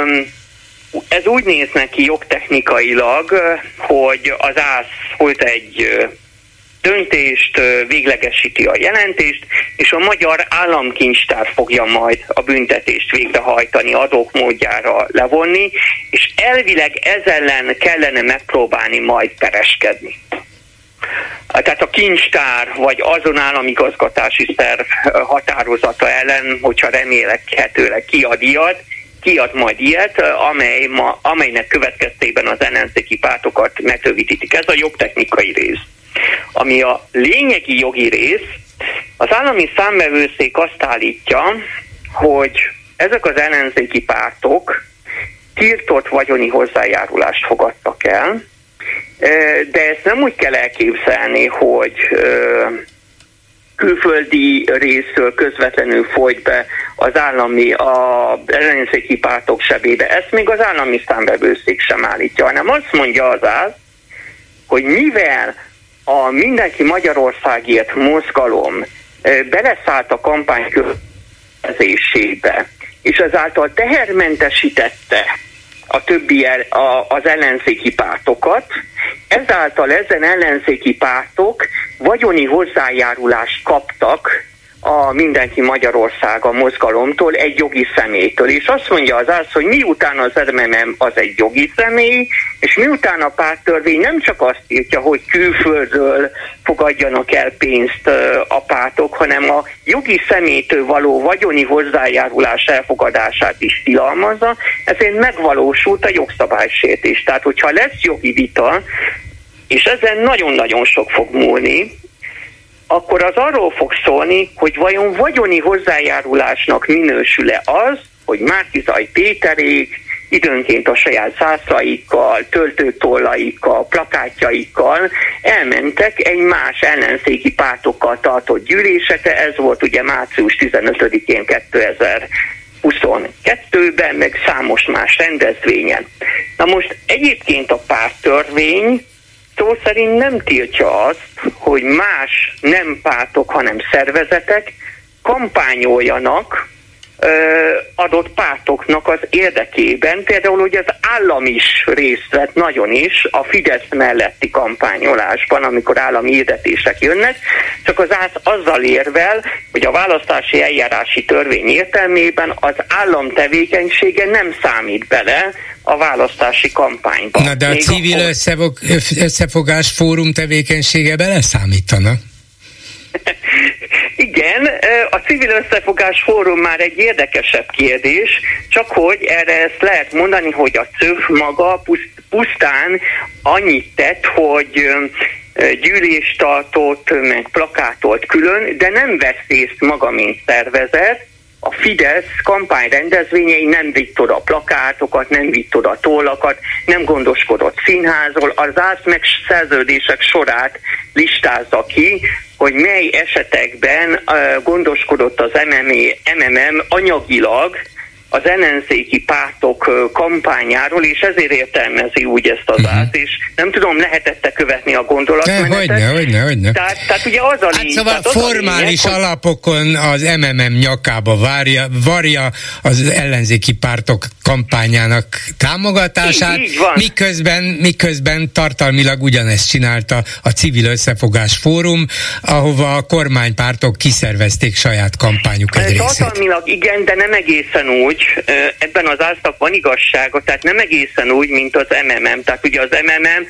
ez úgy néz neki jogtechnikailag, hogy az ÁSZ holt egy döntést, véglegesíti a jelentést, és a Magyar Államkincstár fogja majd a büntetést végrehajtani, adók módjára levonni, és elvileg ez ellen kellene megpróbálni majd pereskedni. Tehát a kincstár vagy azon államigazgatási szerv határozata ellen, hogyha remélhetőleg kiad majd ilyet, amelynek következtében az ellenzéki pártokat megrövidítik. Ez a jogtechnikai rész. Ami a lényegi jogi rész, az állami számvevőszék azt állítja, hogy ezek az ellenzéki pártok tiltott vagyoni hozzájárulást fogadtak el, de ezt nem úgy kell elképzelni, hogy külföldi részről közvetlenül folyt be az ellenzéki pártok sebébe. Ezt még az állami számvevőszék sem állítja, hanem azt mondja az ÁSZ, hogy mivel a Mindenki Magyarországért mozgalom beleszállt a kampány következésébe, és ezáltal tehermentesítette a többi az ellenzéki pártokat, ezáltal ezen ellenzéki pártok vagyoni hozzájárulást kaptak a Mindenki Magyarországa mozgalomtól, egy jogi személytől. És azt mondja az ÁSZ, hogy miután az MMM az egy jogi személy, és miután a párttörvény nem csak azt írja, hogy külföldről fogadjanak el pénzt a pártok, hanem a jogi személytől való vagyoni hozzájárulás elfogadását is tilalmazza, ezért megvalósult a jogszabálysértés. Tehát, hogyha lesz jogi vita, és ezen nagyon-nagyon sok fog múlni, akkor az arról fog szólni, hogy vajon vagyoni hozzájárulásnak minősül-e az, hogy Márki-Zay Péterék időnként a saját zászlaikkal, töltőtollaikkal, plakátjaikkal elmentek egy más ellenzéki pártokkal tartott gyűlésekre, ez volt ugye március 15-én 2022-ben, meg számos más rendezvényen. Na most egyébként a párttörvény szó szerint nem tiltja azt, hogy más nem pártok, hanem szervezetek kampányoljanak adott pártoknak az érdekében. Például, hogy az állam is részt vett nagyon is a Fidesz melletti kampányolásban, amikor állami hirdetések jönnek, csak az ÁSZ azzal érvel, hogy a választási eljárási törvény értelmében az állam tevékenysége nem számít bele a választási kampányban. Na de a civil összefogás fórum tevékenysége beleszámítana? Igen, a civil összefogás fórum már egy érdekesebb kérdés, csak hogy erre ezt lehet mondani, hogy a CÖF maga pusztán annyit tett, hogy gyűlést tartott, meg plakátolt külön, de nem vesz részt maga, mint szervezet. A Fidesz kampányrendezvényei nem vitt oda plakátokat, nem vitt oda tollakat, nem gondoskodott színházról, az ÁSZ meg szerződések sorát listázza ki, hogy mely esetekben gondoskodott az MMM anyagilag az ellenzéki pártok kampányáról, és ezért értelmezi úgy ezt az ÁSZ, és nem tudom, lehetett-e követni a gondolatmenetet? Hogyne. Tehát ugye az a lényeg. Szóval formális alapokon az MMM nyakába varja az ellenzéki pártok kampányának támogatását, így van. Miközben tartalmilag ugyanezt csinálta a Civil Összefogás Fórum, ahova a kormánypártok kiszervezték saját kampányuk egy részét. Tartalmilag igen, de nem egészen úgy. Ebben az ÁSZ-nak van igazsága, tehát nem egészen úgy, mint az MMM. Tehát ugye az MMM,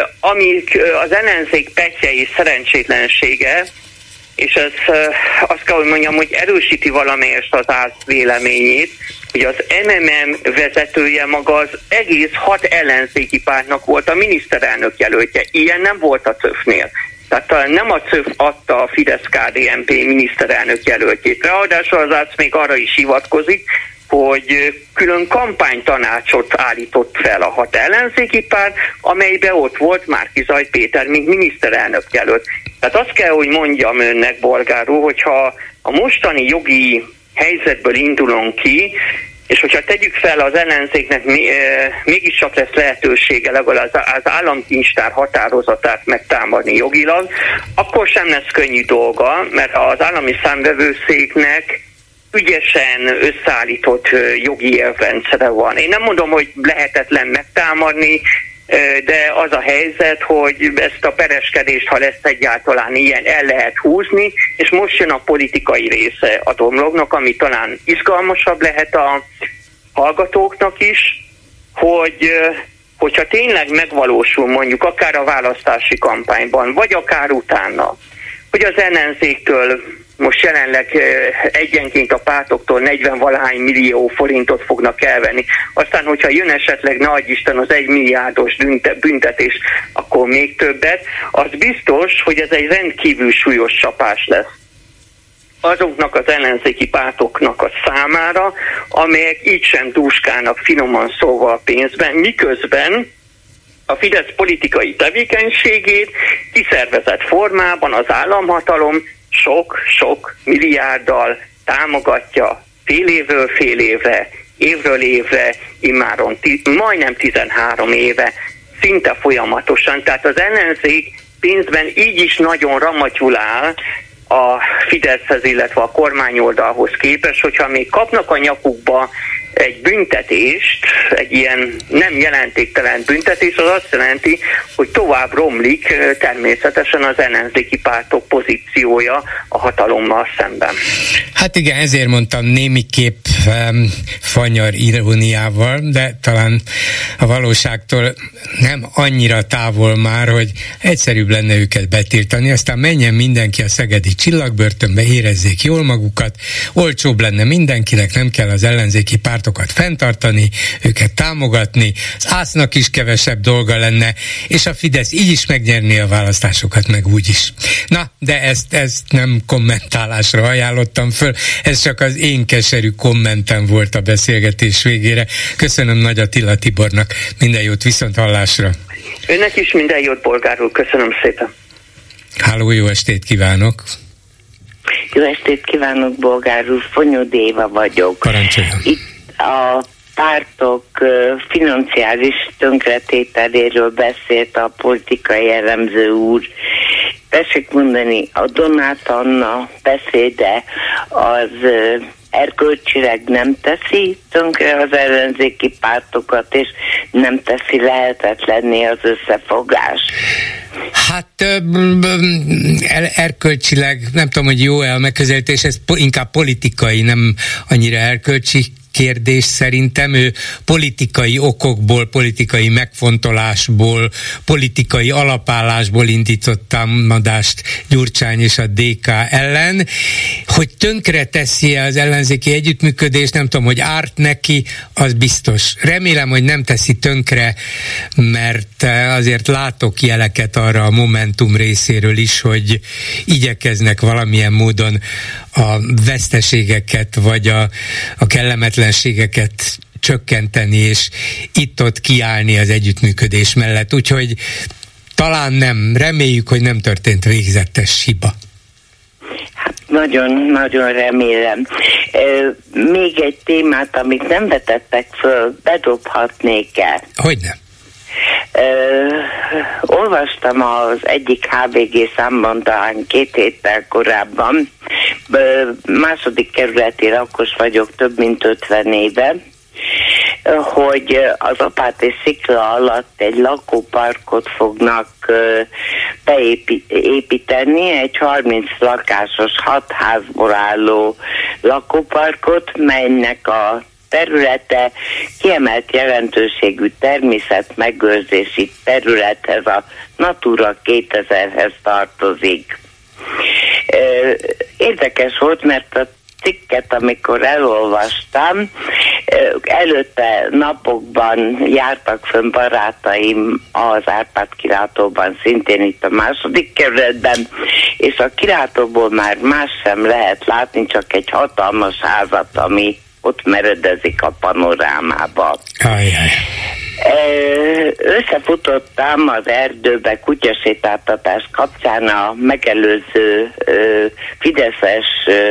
amik az ellenzék petje és szerencsétlensége, és ez azt kell, hogy mondjam, hogy erősíti valamelyest az ÁSZ véleményét, hogy az MMM vezetője maga az egész 6 ellenzéki pártnak volt a miniszterelnök jelöltje. Ilyen nem volt a CÖF-nél. Tehát nem a CÖF adta a Fidesz-KDNP miniszterelnök jelöltjét. Ráadásul az ÁSZ még arra is hivatkozik, hogy külön kampánytanácsot állított fel a 6 ellenzéki párt, amelyben ott volt Márki-Zay Péter, mint miniszterelnök jelölt. Tehát azt kell, hogy mondjam önnek, bolgár úr, hogyha a mostani jogi helyzetből indulunk ki, és hogyha tegyük fel az ellenzéknek, mégiscsak lesz lehetősége legalább az államkincstár határozatát megtámadni jogilag, akkor sem lesz könnyű dolga, mert az állami számvevőszéknek ügyesen összeállított jogi érvrendszere van. Én nem mondom, hogy lehetetlen megtámadni, de az a helyzet, hogy ezt a pereskedést, ha lesz egyáltalán ilyen, el lehet húzni, és most jön a politikai része a dolognak, ami talán izgalmasabb lehet a hallgatóknak is, hogyha tényleg megvalósul mondjuk akár a választási kampányban, vagy akár utána, hogy az ellenzéktől most jelenleg egyenként a pártoktól 40-valahány millió forintot fognak elvenni. Aztán, hogyha jön esetleg, ne adj Isten, az 1 milliárdos büntetés, akkor még többet, az biztos, hogy ez egy rendkívül súlyos csapás lesz azoknak az ellenzéki pártoknak a számára, amelyek így sem dúskálnak finoman szólva a pénzben, miközben a Fidesz politikai tevékenységét kiszervezett formában az államhatalom sok milliárddal támogatja fél évről fél évre, évről évre, immáron majdnem 13 éve, szinte folyamatosan. Tehát az ellenzék pénzben így is nagyon ramatyul áll a Fideszhez, illetve a kormányoldalhoz képest, hogyha még kapnak a nyakukba egy büntetést, egy ilyen nem jelentéktelen büntetés, az azt jelenti, hogy tovább romlik természetesen az ellenzéki pártok pozíciója a hatalommal szemben. Hát igen, ezért mondtam némiképp fanyar iróniával, de talán a valóságtól nem annyira távol már, hogy egyszerűbb lenne őket betiltani, aztán menjen mindenki a szegedi Csillagbörtönbe, érezzék jól magukat, olcsóbb lenne mindenkinek, nem kell az ellenzéki pártokat fenntartani, őket támogatni, az ÁSZ-nak is kevesebb dolga lenne, és a Fidesz így is megnyerné a választásokat, meg úgy is. Na, de ezt nem kommentálásra ajánlottam föl, ez csak az én keserű kommentem volt a beszélgetés végére. Köszönöm Nagy Attila Tibornak, minden jót, viszont hallásra. Önnek is minden jót, Bolgár úr, köszönöm szépen. Háló, jó estét kívánok! Jó estét kívánok, Bolgár úr, Fonyód Éva vagyok. Parancsoljon. Itt a pártok financiális tönkretételéről beszélt a politikai elemző úr. Tessék mondani, a Donát Anna beszéde az erkölcsileg nem teszi tönkre az ellenzéki pártokat, és nem teszi lehetetlenné az összefogás. Hát erkölcsileg, nem tudom, hogy jó-e a megközelítés, ez inkább politikai, nem annyira erkölcsi kérdés szerintem. Ő politikai okokból, politikai megfontolásból, politikai alapállásból indított támadást Gyurcsány és a DK ellen. Hogy tönkre teszi az ellenzéki együttműködést, nem tudom, hogy árt neki, az biztos. Remélem, hogy nem teszi tönkre, mert azért látok jeleket arra a Momentum részéről is, hogy igyekeznek valamilyen módon a veszteségeket, vagy a kellemetlenségeket csökkenteni, és itt-ott kiállni az együttműködés mellett. Úgyhogy talán nem, reméljük, hogy nem történt végzetes hiba. Hát nagyon remélem. Még egy témát, amit nem vetettek föl, bedobhatnék-e? Hogyne. Olvastam az egyik HVG számban talán 2 héttel korábban, második kerületi lakos vagyok több mint 50 éve, hogy az Apát és Szikla alatt egy lakóparkot fognak beépíteni, egy 30 lakásos 6 házból álló lakóparkot, melynek a területe kiemelt jelentőségű természetmegőrzési területhez, a Natura 2000-hez tartozik. Érdekes volt, mert a cikket, amikor elolvastam, előtte napokban jártak fönn barátaim az Árpád kilátóban, szintén itt a második kerületben, és a kilátóból már más sem lehet látni, csak egy hatalmas házat, ami ott meredezik a panorámába. Ajjaj. Összefutottam az erdőbe kutyasétáltatás kapcsán a megelőző fideszes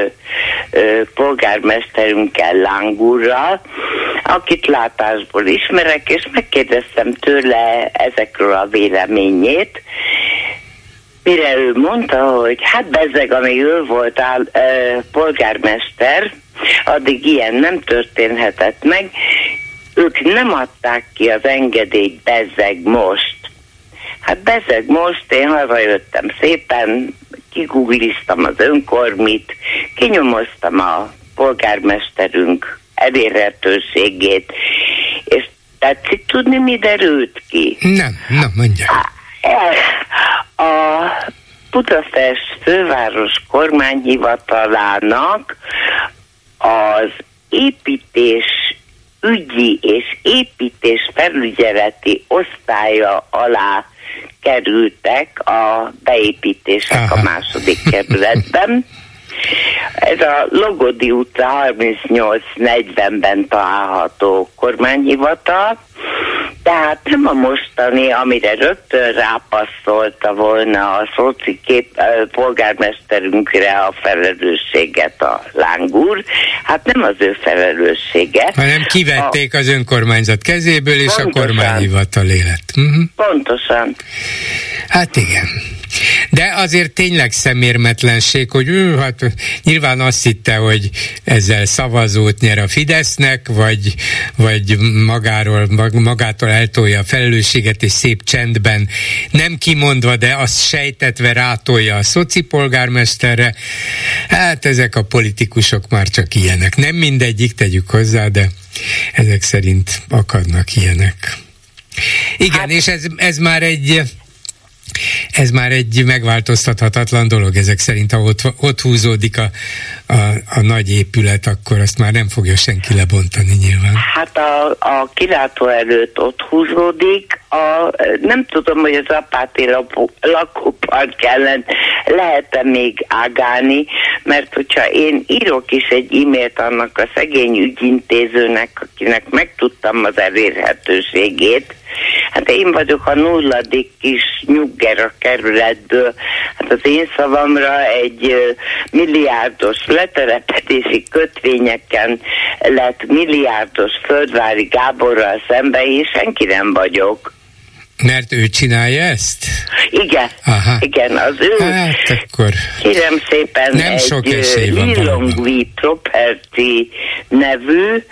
polgármesterünkkel, Láng úrral, akit látásból ismerek, és megkérdeztem tőle ezekről a véleményét, mire ő mondta, hogy hát bezzeg, amíg ő volt polgármester, addig ilyen nem történhetett meg. Ők nem adták ki az engedélyt, bezzeg most. Hát bezzeg most, én hazajöttem szépen, kigugliztam az önkormit, kinyomoztam a polgármesterünk elérhetőségét, és tetszik tudni, mi derült ki? Nem, mondja. A Budapest főváros kormányhivatalának az építés ügyi és építés felügyeleti osztálya alá kerültek a beépítések a második kerületben. Ez a Logodi utca 38-40-ben található kormányhivatal, tehát nem a mostani, amire rögtön rápasszolta volna a szoci polgármesterünkre a felelősséget a Láng úr. Hát nem az ő felelőssége. Hanem kivették az önkormányzat kezéből, és pontosan. A kormányhivatal élet. Pontosan. Hát igen. De azért tényleg szemérmetlenség, hogy hát nyilván azt hitte, hogy ezzel szavazót nyer a Fidesznek, vagy magától eltolja a felelősséget, és szép csendben, nem kimondva, de azt sejtetve rátolja a szoci polgármesterre. Hát ezek a politikusok már csak ilyenek. Nem mindegyik, tegyük hozzá, de ezek szerint akadnak ilyenek. Igen, hát, és ez már egy megváltoztathatatlan dolog ezek szerint, ha ott húzódik a nagy épület, akkor azt már nem fogja senki lebontani nyilván. Hát a kilátó előtt ott húzódik, nem tudom, hogy az Apáti lakópark ellen lehet-e még ágálni, mert hogyha én írok is egy e-mailt annak a szegény ügyintézőnek, akinek megtudtam az elérhetőségét, hát én vagyok a 0. kis nyugger a kerületből, hát az én szavamra egy milliárdos letelepedési kötvényeken lett milliárdos Földvári Gáborral szembe, és senki nem vagyok. Mert ő csinálja ezt? Igen, aha. Igen, az ő, hát akkor kérem szépen, nem sok esély van Lilongwe Property nevű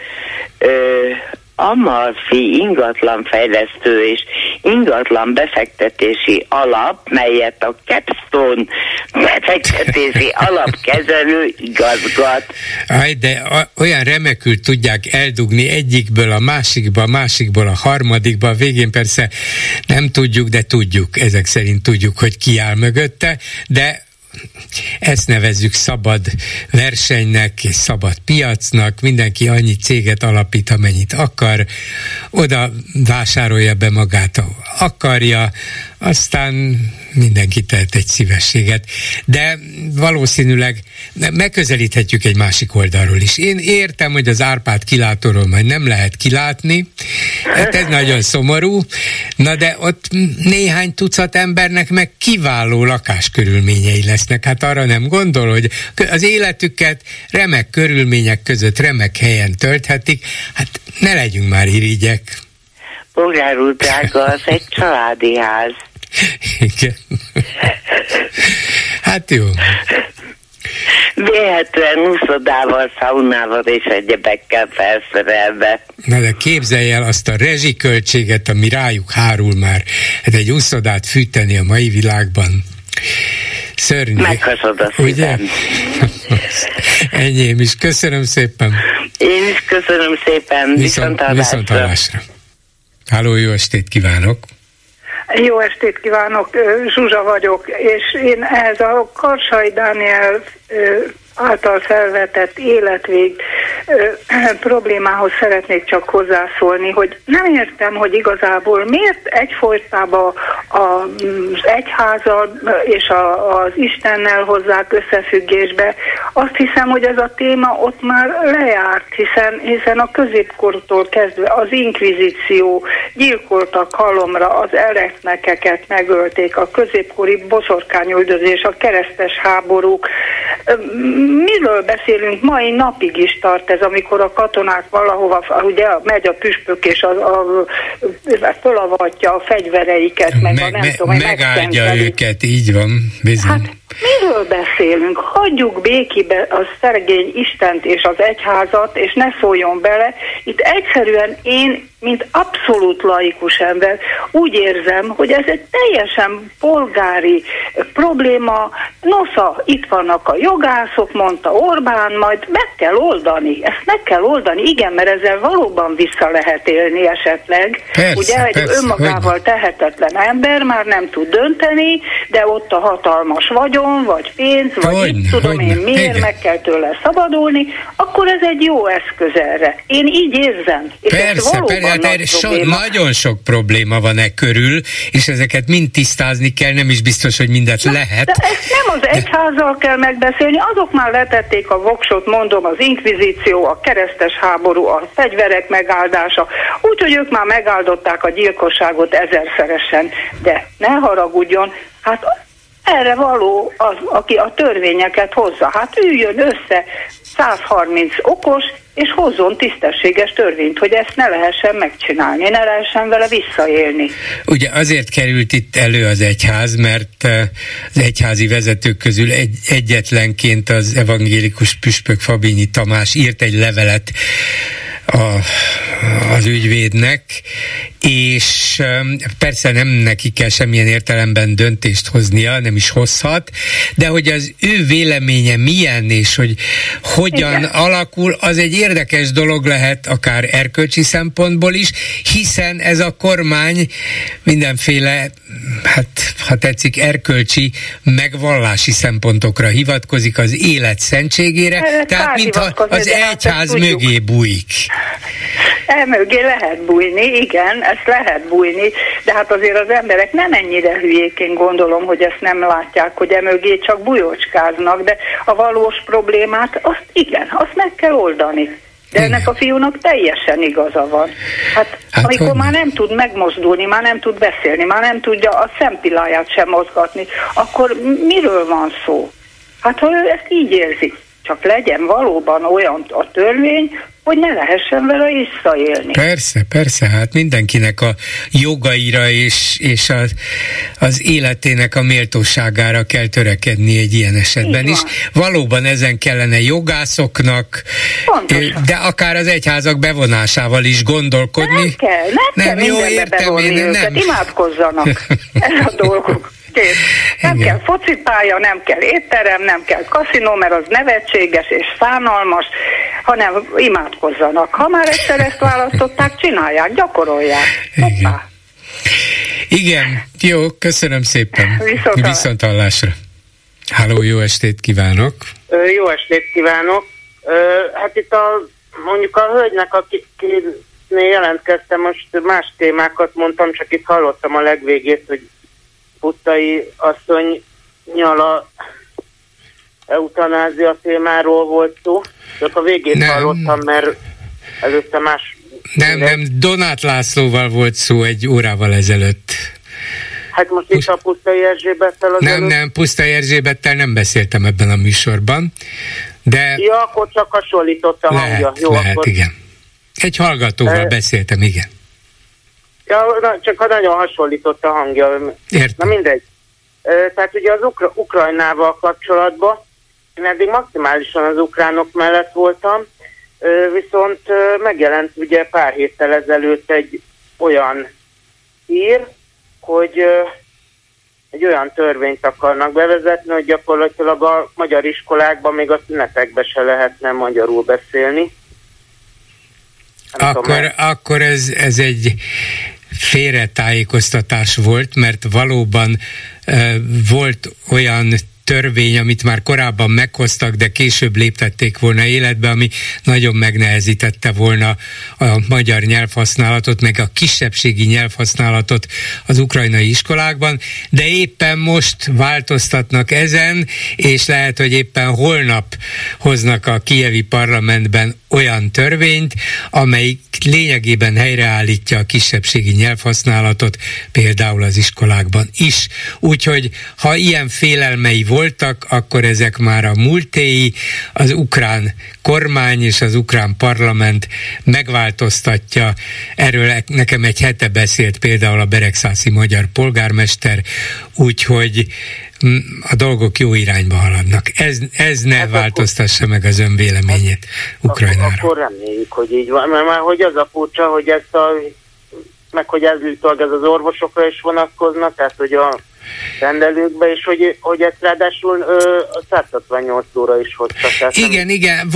Amalfi ingatlanfejlesztő és ingatlan befektetési alap, melyet a Capstone befektetési alapkezelő igazgat. De olyan remekül tudják eldugni egyikből a másikból a harmadikba, a végén persze nem tudjuk, de tudjuk, ezek szerint tudjuk, hogy ki áll mögötte, de ezt nevezzük szabad versenynek és szabad piacnak, mindenki annyi céget alapít, amennyit akar, oda vásárolja be magát, ahol akarja, aztán mindenki tehet egy szívességet. De valószínűleg megközelíthetjük egy másik oldalról is. Én értem, hogy az Árpád kilátóról majd nem lehet kilátni, hát ez nagyon szomorú, na de ott néhány tucat embernek meg kiváló lakáskörülményei lesznek. Hát arra nem gondol, hogy az életüket remek körülmények között remek helyen tölthetik, hát ne legyünk már irigyek. Polgár úr drága, az egy családi ház. Igen. Hát jó. Véletlenül úszodával, szaunával és egyebekkel felszerelve. Na de képzelj el azt a rezsiköltséget, ami rájuk hárul már. Hát egy úszodát fűteni a mai világban. Szörnyű. Meghasod a szívem. Enyém is. Köszönöm szépen. Én is köszönöm szépen. Viszonthallásra. Háló, jó estét kívánok. Jó estét kívánok, Zsuzsa vagyok, és én ehhez a Karsai Dániel által felvetett életvég problémához szeretnék csak hozzászólni, hogy nem értem, hogy igazából miért egyfolytában az egyházzal és az Istennel hozzák összefüggésbe. Azt hiszem, hogy ez a téma ott már lejárt, hiszen a középkortól kezdve az inkvizíció, gyilkoltak halomra, az eretnekeket megölték, a középkori boszorkányüldözés, a keresztes háborúk. Miről beszélünk? Mai napig is tart ez, amikor a katonák valahova, ugye megy a püspök és fölavatja a fegyvereiket, megáldja őket, így van, bizony. Hát miről beszélünk? Hagyjuk békébe a szegény Istent és az egyházat, és ne szóljon bele. Itt egyszerűen én, mint abszolút laikus ember, úgy érzem, hogy ez egy teljesen polgári probléma. Nosza, itt vannak a jogászok, mondta Orbán, majd meg kell oldani. Ezt meg kell oldani, igen, mert ezzel valóban vissza lehet élni esetleg. Persze, ugye egy önmagával tehetetlen ember már nem tud dönteni, de ott a hatalmas vagyon, vagyon, vagy pénz, vagy mit tudom én, miért meg kell tőle szabadulni, akkor ez egy jó eszköz erre. Én így érzem. És persze, nagyon sok probléma van körül, és ezeket mind tisztázni kell, nem is biztos, hogy mindet lehet. De ezt nem az egyházzal kell megbeszélni, azok már letették a voksot, mondom, az inkvizíció, a keresztes háború, a fegyverek megáldása, úgyhogy ők már megáldották a gyilkosságot ezerszeresen, de ne haragudjon, hát erre való az, aki a törvényeket hozza. Hát üljön össze 130 okos, és hozzon tisztességes törvényt, hogy ezt ne lehessen megcsinálni, ne lehessen vele visszaélni. Ugye azért került itt elő az egyház, mert az egyházi vezetők közül egyetlenként az evangélikus püspök Fabinyi Tamás írt egy levelet az ügyvédnek, és persze nem neki kell semmilyen értelemben döntést hoznia, nem is hozhat, de hogy az ő véleménye milyen, és hogy hogyan alakul, az egy érdekes dolog lehet, akár erkölcsi szempontból is, hiszen ez a kormány mindenféle, hát ha tetszik, erkölcsi megvallási szempontokra hivatkozik, az élet szentségére, tehát mintha az egyház mögé bújik. Mögé lehet bújni, igen, ezt lehet bújni, de hát azért az emberek nem ennyire hülyék, én gondolom, hogy ezt nem látják, hogy mögé csak bujocskáznak, de a valós problémát, azt igen, azt meg kell oldani. De ennek a fiúnak teljesen igaza van. Hát amikor már nem tud megmozdulni, már nem tud beszélni, már nem tudja a szempilláját sem mozgatni, akkor miről van szó? Hát ha ő ezt így érzi, csak legyen valóban olyan a törvény, hogy ne lehessen vele visszaélni. Persze, hát mindenkinek a jogaira és az életének a méltóságára kell törekedni egy ilyen esetben is. Valóban ezen kellene jogászoknak, de akár az egyházak bevonásával is gondolkodni. Nem kell mindenbe bevonni őket, imádkozzanak. Ez a dolguk. Nem kell focipálya, nem kell étterem, nem kell kaszinó, mert az nevetséges és szánalmas, hanem imádkozzanak. Ha már egyszer ezt választották, csinálják, gyakorolják. Igen, jó, köszönöm szépen. Viszonthallásra. Háló, jó estét kívánok. Jó estét kívánok. Hát itt mondjuk a hölgynek, akinél jelentkeztem, most más témákat mondtam, csak itt hallottam a legvégét, hogy Pusztai asszonnyal a eutanázia témáról volt szó. Csak a végét hallottam, mert előtte más... Nem, Donát Lászlóval volt szó egy órával ezelőtt. Hát most itt a Pusztai Erzsébettel az előtt... Nem, Pusztai Erzsébettel nem beszéltem ebben a műsorban, de... Ja, akkor csak hasonlított a hangja. Lehet, akkor... igen. Egy hallgatóval beszéltem, igen. Ja, csak nagyon hasonlított a hangja. Értem. Na mindegy. Tehát ugye az Ukrajnával kapcsolatban én eddig maximálisan az ukránok mellett voltam, viszont megjelent ugye pár héttel ezelőtt egy olyan hír, hogy egy olyan törvényt akarnak bevezetni, hogy gyakorlatilag a magyar iskolákban még a szünetekben se lehetne magyarul beszélni. Akkor ez egy félretájékoztatás volt, mert valóban volt olyan törvény, amit már korábban meghoztak, de később léptették volna életbe, ami nagyon megnehezítette volna a magyar nyelvhasználatot, meg a kisebbségi nyelvhasználatot az ukrajnai iskolákban, de éppen most változtatnak ezen, és lehet, hogy éppen holnap hoznak a kijevi parlamentben olyan törvényt, amelyik lényegében helyreállítja a kisebbségi nyelvhasználatot, például az iskolákban is. Úgyhogy, ha ilyen félelmei voltak, akkor ezek már a múltéi, az ukrán kormány és az ukrán parlament megváltoztatja. Erről nekem egy hete beszélt például a beregszászi magyar polgármester, úgyhogy a dolgok jó irányba haladnak. Ez ne változtassa meg az ön véleményét Ukrajnára. Akkor reméljük, hogy így van, mert már hogy az a furcsa, hogy meg hogy ez az orvosokra is vonatkoznak, tehát hogy rendelőkbe, és hogy ezt ráadásul 168 óra is hozta. Igen,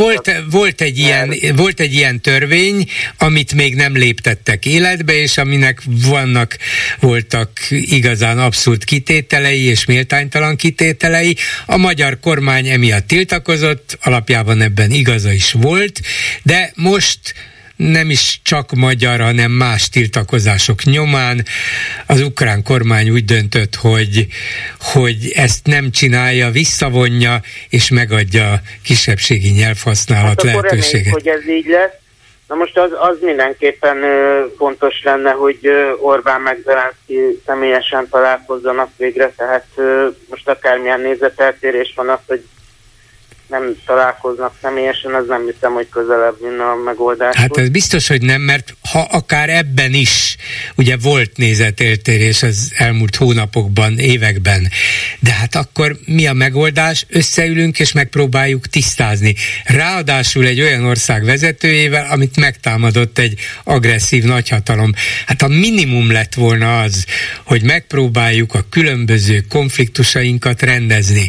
volt egy ilyen törvény, amit még nem léptettek életbe, és aminek voltak igazán abszurd kitételei és méltánytalan kitételei. A magyar kormány emiatt tiltakozott, alapjában ebben igaza is volt, de most nem is csak magyar, hanem más tiltakozások nyomán az ukrán kormány úgy döntött, hogy ezt nem csinálja, visszavonja és megadja a kisebbségi nyelvhasználat lehetőséget. Remény, hogy ez így lesz. Na most az mindenképpen fontos lenne, hogy Orbán meg Zelenszky személyesen találkozzanak végre, tehát most akármilyen nézeteltérés van, az, hogy nem találkoznak személyesen, az nem hiszem, hogy közelebb vinne a megoldáshoz. Hát ez biztos, hogy nem, mert ha akár ebben is, ugye volt nézeteltérés az elmúlt hónapokban, években, de hát akkor mi a megoldás? Összeülünk és megpróbáljuk tisztázni. Ráadásul egy olyan ország vezetőjével, amit megtámadott egy agresszív nagyhatalom. Hát a minimum lett volna az, hogy megpróbáljuk a különböző konfliktusainkat rendezni.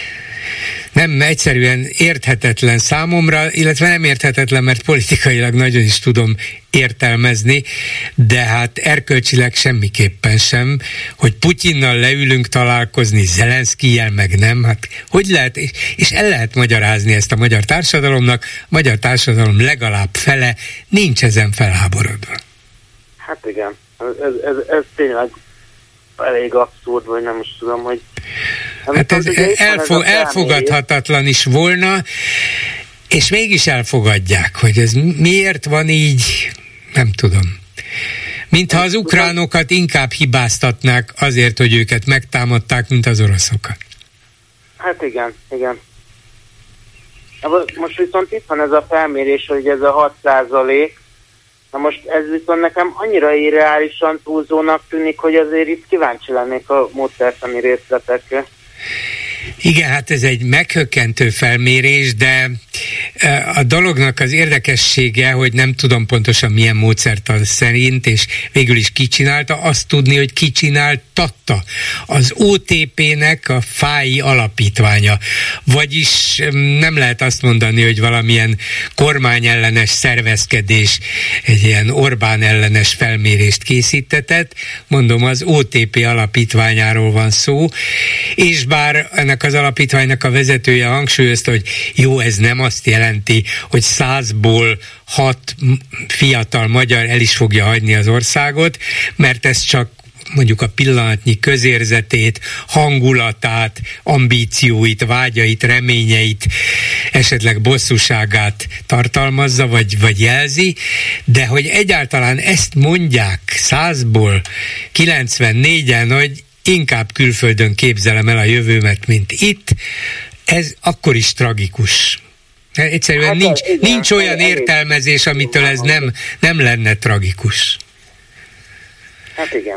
Nem egyszerűen érthetetlen számomra, illetve nem érthetetlen, mert politikailag nagyon is tudom értelmezni, de hát erkölcsileg semmiképpen sem, hogy Putyinnal leülünk találkozni, Zelenszkijjel meg nem, hát hogy lehet, és el lehet magyarázni ezt a magyar társadalomnak, a magyar társadalom legalább fele nincs ezen felháborodva. Hát igen, ez tényleg elég abszurd, vagy nem is tudom, hogy... Hát ez elfogadhatatlan is volna, és mégis elfogadják, hogy ez miért van így, nem tudom. Mintha az ukránokat inkább hibáztatnák azért, hogy őket megtámadták, mint az oroszokat. Hát igen. Most viszont itt van ez a felmérés, hogy ez a 6%. Na most ez viszont nekem annyira irreálisan túlzónak tűnik, hogy azért itt kíváncsi lennék a módszertani részletekre. Igen, hát ez egy meghökkentő felmérés, de a dolognak az érdekessége, hogy nem tudom pontosan milyen módszertan szerint, és végül is ki csinálta, azt tudni, hogy ki csináltatta. Az OTP-nek a FAI alapítványa. Vagyis nem lehet azt mondani, hogy valamilyen kormányellenes szervezkedés egy ilyen Orbán ellenes felmérést készítetett. Mondom, az OTP alapítványáról van szó, és bár ennek az alapítványnak a vezetője hangsúlyozta, hogy jó, ez nem azt jelenti, hogy 100-ból 6 fiatal magyar el is fogja hagyni az országot, mert ez csak mondjuk a pillanatnyi közérzetét, hangulatát, ambícióit, vágyait, reményeit, esetleg bosszúságát tartalmazza, vagy jelzi, de hogy egyáltalán ezt mondják 100-ból 94-en, hogy inkább külföldön képzelem el a jövőmet, mint itt, ez akkor is tragikus. Egyszerűen nincs olyan értelmezés, amitől ez nem lenne tragikus. Hát igen.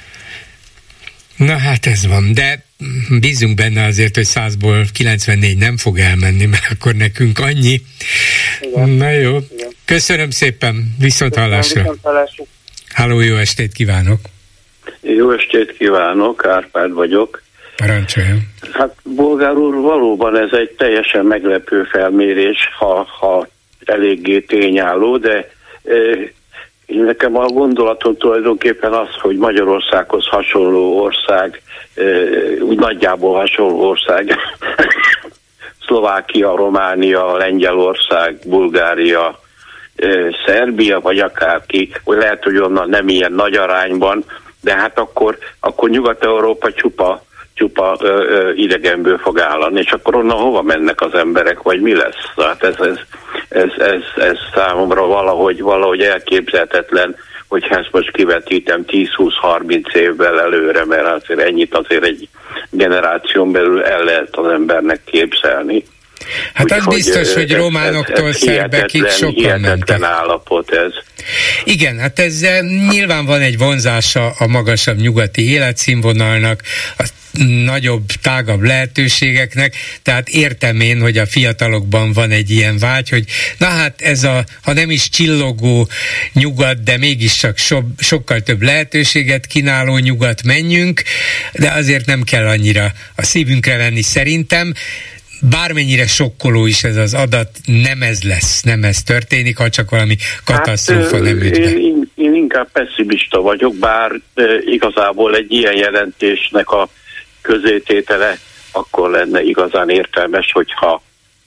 Na hát ez van, de bízunk benne azért, hogy 100-ból 94 nem fog elmenni, mert akkor nekünk annyi. Igen. Na jó, igen. Köszönöm szépen, viszonthallásra. Halló, jó estét kívánok! Jó estét kívánok, Árpád vagyok. Parancsoljon. Hát Bolgár úr, valóban ez egy teljesen meglepő felmérés, ha eléggé tényálló, de nekem a gondolatom tulajdonképpen az, hogy Magyarországhoz hasonló ország, úgy nagyjából hasonló ország, Szlovákia, Románia, Lengyelország, Bulgária, Szerbia, vagy akárki, hogy lehet, hogy onnan nem ilyen nagy arányban, de hát akkor Nyugat-Európa csupa idegenből fog állani, és akkor onnan hova mennek az emberek, vagy mi lesz? Tehát ez számomra valahogy elképzelhetetlen, hogyha ezt most kivetítem 10-20-30 évvel előre, mert azért ennyit egy generáción belül el lehet az embernek képzelni. Hát az biztos, hogy románoktól szerbekig sokan mentek. Állapot ez. Igen, hát ez nyilván van egy vonzása a magasabb nyugati életszínvonalnak, a nagyobb, tágabb lehetőségeknek, tehát értem én, hogy a fiatalokban van egy ilyen vágy, hogy na hát ez ha nem is csillogó nyugat, de mégiscsak sokkal több lehetőséget kínáló nyugat menjünk, de azért nem kell annyira a szívünkre venni szerintem. Bármennyire sokkoló is ez az adat, nem ez lesz, nem ez történik, ha csak valami katasztrófa nem üt be. Én inkább pessimista vagyok, bár igazából egy ilyen jelentésnek a közététele akkor lenne igazán értelmes, hogyha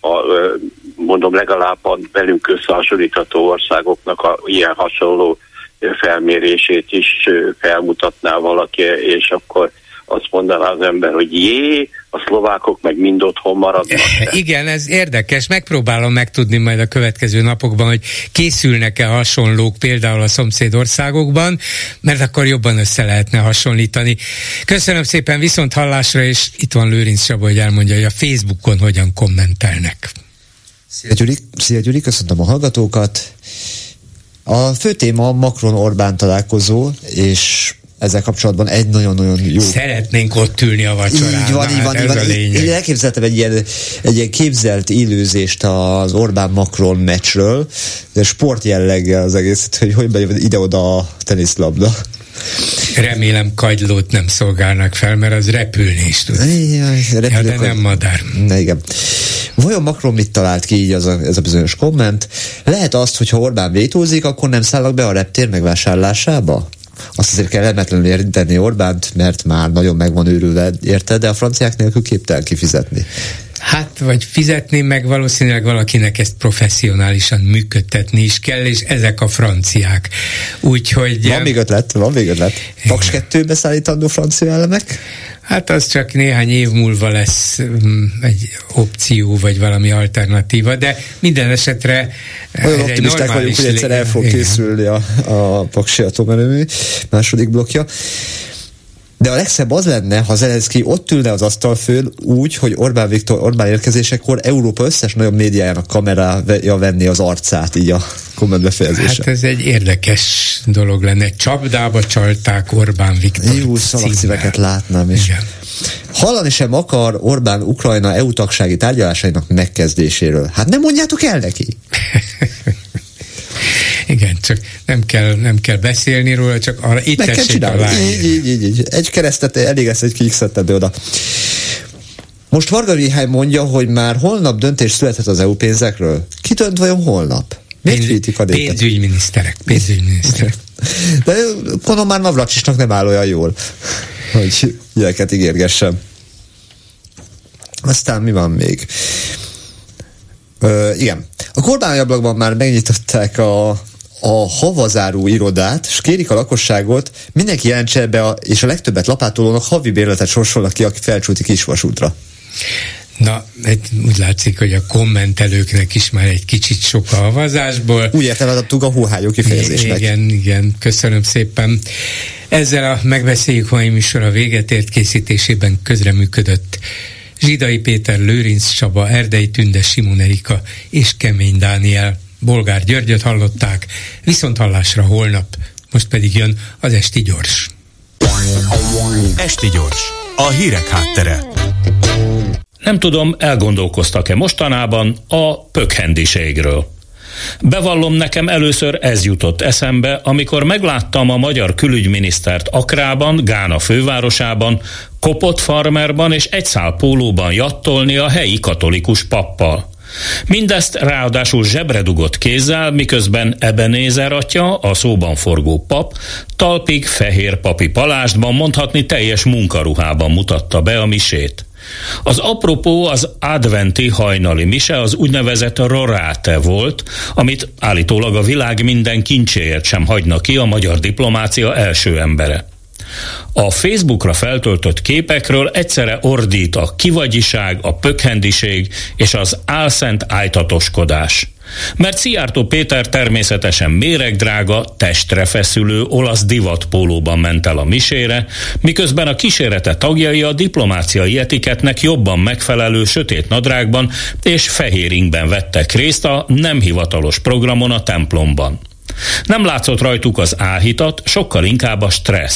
mondom legalább a velünk összehasonlítható országoknak a ilyen hasonló felmérését is felmutatná valaki, és akkor azt mondaná az ember, hogy a szlovákok meg mind otthon maradnak. Igen, ez érdekes, megpróbálom megtudni majd a következő napokban, hogy készülnek-e hasonlók például a szomszédországokban, mert akkor jobban össze lehetne hasonlítani. Köszönöm szépen, viszont hallásra, és itt van Lőrinc Csaba, hogy elmondja, hogy a Facebookon hogyan kommentelnek. Szia Gyuri, köszöntöm a hallgatókat. A fő téma a Macron-Orbán találkozó, és ezzel kapcsolatban egy nagyon-nagyon jó... Szeretnénk ott ülni a vacsorán. Így van. Én elképzeltem egy ilyen képzelt élőzést az Orbán-Macron meccsről, de sportjelleggel az egész, hogy bejön ide-oda a teniszlabda. Remélem kagylót nem szolgálnak fel, mert az repülni is tud. De nem madár. Na igen. Vajon Macron mit talált ki így ez a bizonyos komment? Lehet azt, hogy ha Orbán vétózik, akkor nem szállnak be a reptér megvásárlásába? Azt azért kellemetlenül érinteni Orbánt, mert már nagyon meg van őrülve érte, de a franciák nélkül képtelen kifizetni. Hát, vagy fizetni, meg valószínűleg valakinek ezt professzionálisan működtetni is kell, és ezek a franciák. Úgyhogy... Van még ötlet. Paks 2-be szállítandó francia elemek? Hát az csak néhány év múlva lesz egy opció, vagy valami alternatíva, de minden esetre olyan optimisták vagyunk, hogy egyszer el fog készülni a paksi atomerőmű második blokkja. De a legszebb az lenne, ha Zelenszky ott ülne az asztal föl úgy, hogy Orbán érkezésekor Európa összes nagyobb médiájának kamerája venni az arcát, így a komment befejezése. Hát ez egy érdekes dolog lenne. Csapdába csalták Orbán Viktor. Jó szalagszíveket látnám is. Igen. Hallani sem akar Orbán Ukrajna EU tagsági tárgyalásainak megkezdéséről. Hát nem mondjátok el neki! Igen, csak nem kell beszélni róla, csak arra itt tessék a lány. Így. Egy keresztet elég lesz, egy kiixetted be oda. Most Varga Mihály mondja, hogy már holnap döntés születhet az EU pénzekről. Ki dönt vajon holnap? Pénzügyminiszterek. De gondolom már Navracsisnak nem áll olyan jól, hogy ilyeneket ígérgessem. Aztán mi van még? Igen. A kormányablakban már megnyitották a havazáró irodát, és kérik a lakosságot, mindenki jelentse be, és a legtöbbet lapátolónak havi bérletet sorsolnak ki, aki felcsúti Kisvasútra. Na, úgy látszik, hogy a kommentelőknek is már egy kicsit sok a havazásból. Úgy értelmezettük a hóhályó kifejezésnek. Igen, köszönöm szépen. Ezzel a Megbeszéljük mai műsor a véget ért, készítésében közreműködött Zsidai Péter, Lőrinc Csaba, Erdei Tünde, Simon Erika és Kemény Dániel. Bolgár Györgyöt hallották, viszont hallásra holnap. Most pedig jön az Esti Gyors. Esti Gyors, a hírek háttere. Nem tudom, elgondolkoztak-e mostanában a pökhendiségről. Bevallom, nekem először ez jutott eszembe, amikor megláttam a magyar külügyminisztert Akrában, Gána fővárosában, kopott farmerban és egy szál pólóban jattolni a helyi katolikus pappal. Mindezt ráadásul zsebre dugott kézzel, miközben Ebenézer atya, a szóban forgó pap, talpig fehér papi palástban, mondhatni teljes munkaruhában mutatta be a misét. Az apropó az adventi hajnali mise az úgynevezett rorate volt, amit állítólag a világ minden kincséért sem hagyna ki a magyar diplomácia első embere. A Facebookra feltöltött képekről egyszerre ordít a kivagyiság, a pökhendiség és az álszent ájtatoskodás. Mert Szijjártó Péter természetesen méregdrága, testre feszülő olasz divatpólóban ment el a misére, miközben a kísérete tagjai a diplomáciai etiketnek jobban megfelelő sötét nadrágban és fehér ingben vettek részt a nem hivatalos programon a templomban. Nem látszott rajtuk az áhítat, sokkal inkább a stressz.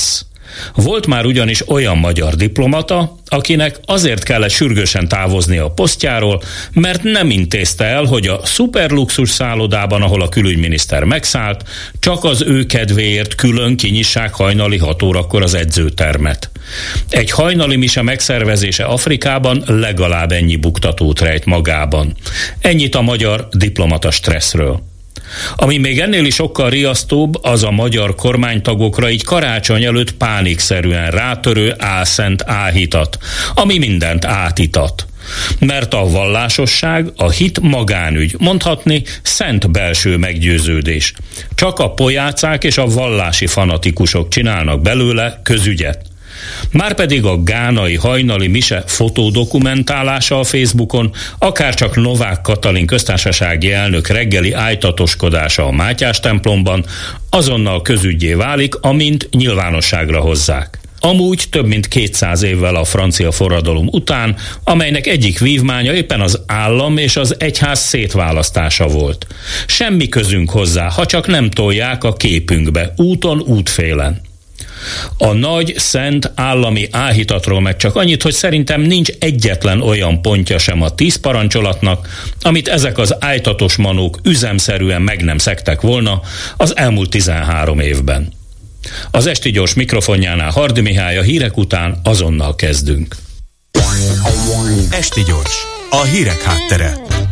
Volt már ugyanis olyan magyar diplomata, akinek azért kellett sürgősen távozni a posztjáról, mert nem intézte el, hogy a szuperluxus szállodában, ahol a külügyminiszter megszállt, csak az ő kedvéért külön kinyissák hajnali 6 órakor az edzőtermet. Egy hajnali mise megszervezése Afrikában legalább ennyi buktatót rejt magában. Ennyit a magyar diplomata stresszről. Ami még ennél is sokkal riasztóbb, az a magyar kormánytagokra így karácsony előtt pánikszerűen rátörő álszent áhítat, ami mindent átitat. Mert a vallásosság, a hit magánügy, mondhatni szent belső meggyőződés. Csak a pojácák és a vallási fanatikusok csinálnak belőle közügyet. Márpedig a gánai hajnali mise fotódokumentálása a Facebookon, akárcsak Novák Katalin köztársasági elnök reggeli ájtatoskodása a Mátyás templomban azonnal közüggyé válik, amint nyilvánosságra hozzák. Amúgy több mint 200 évvel a francia forradalom után, amelynek egyik vívmánya éppen az állam és az egyház szétválasztása volt. Semmi közünk hozzá, ha csak nem tolják a képünkbe, úton, útfélen. A nagy, szent állami áhítatról meg csak annyit, hogy szerintem nincs egyetlen olyan pontja sem a 10 parancsolatnak, amit ezek az ájtatos manók üzemszerűen meg nem szegtek volna az elmúlt 13 évben. Az Esti Gyors mikrofonjánál Hardy Mihály, a hírek után azonnal kezdünk. Esti Gyors, a hírek háttere.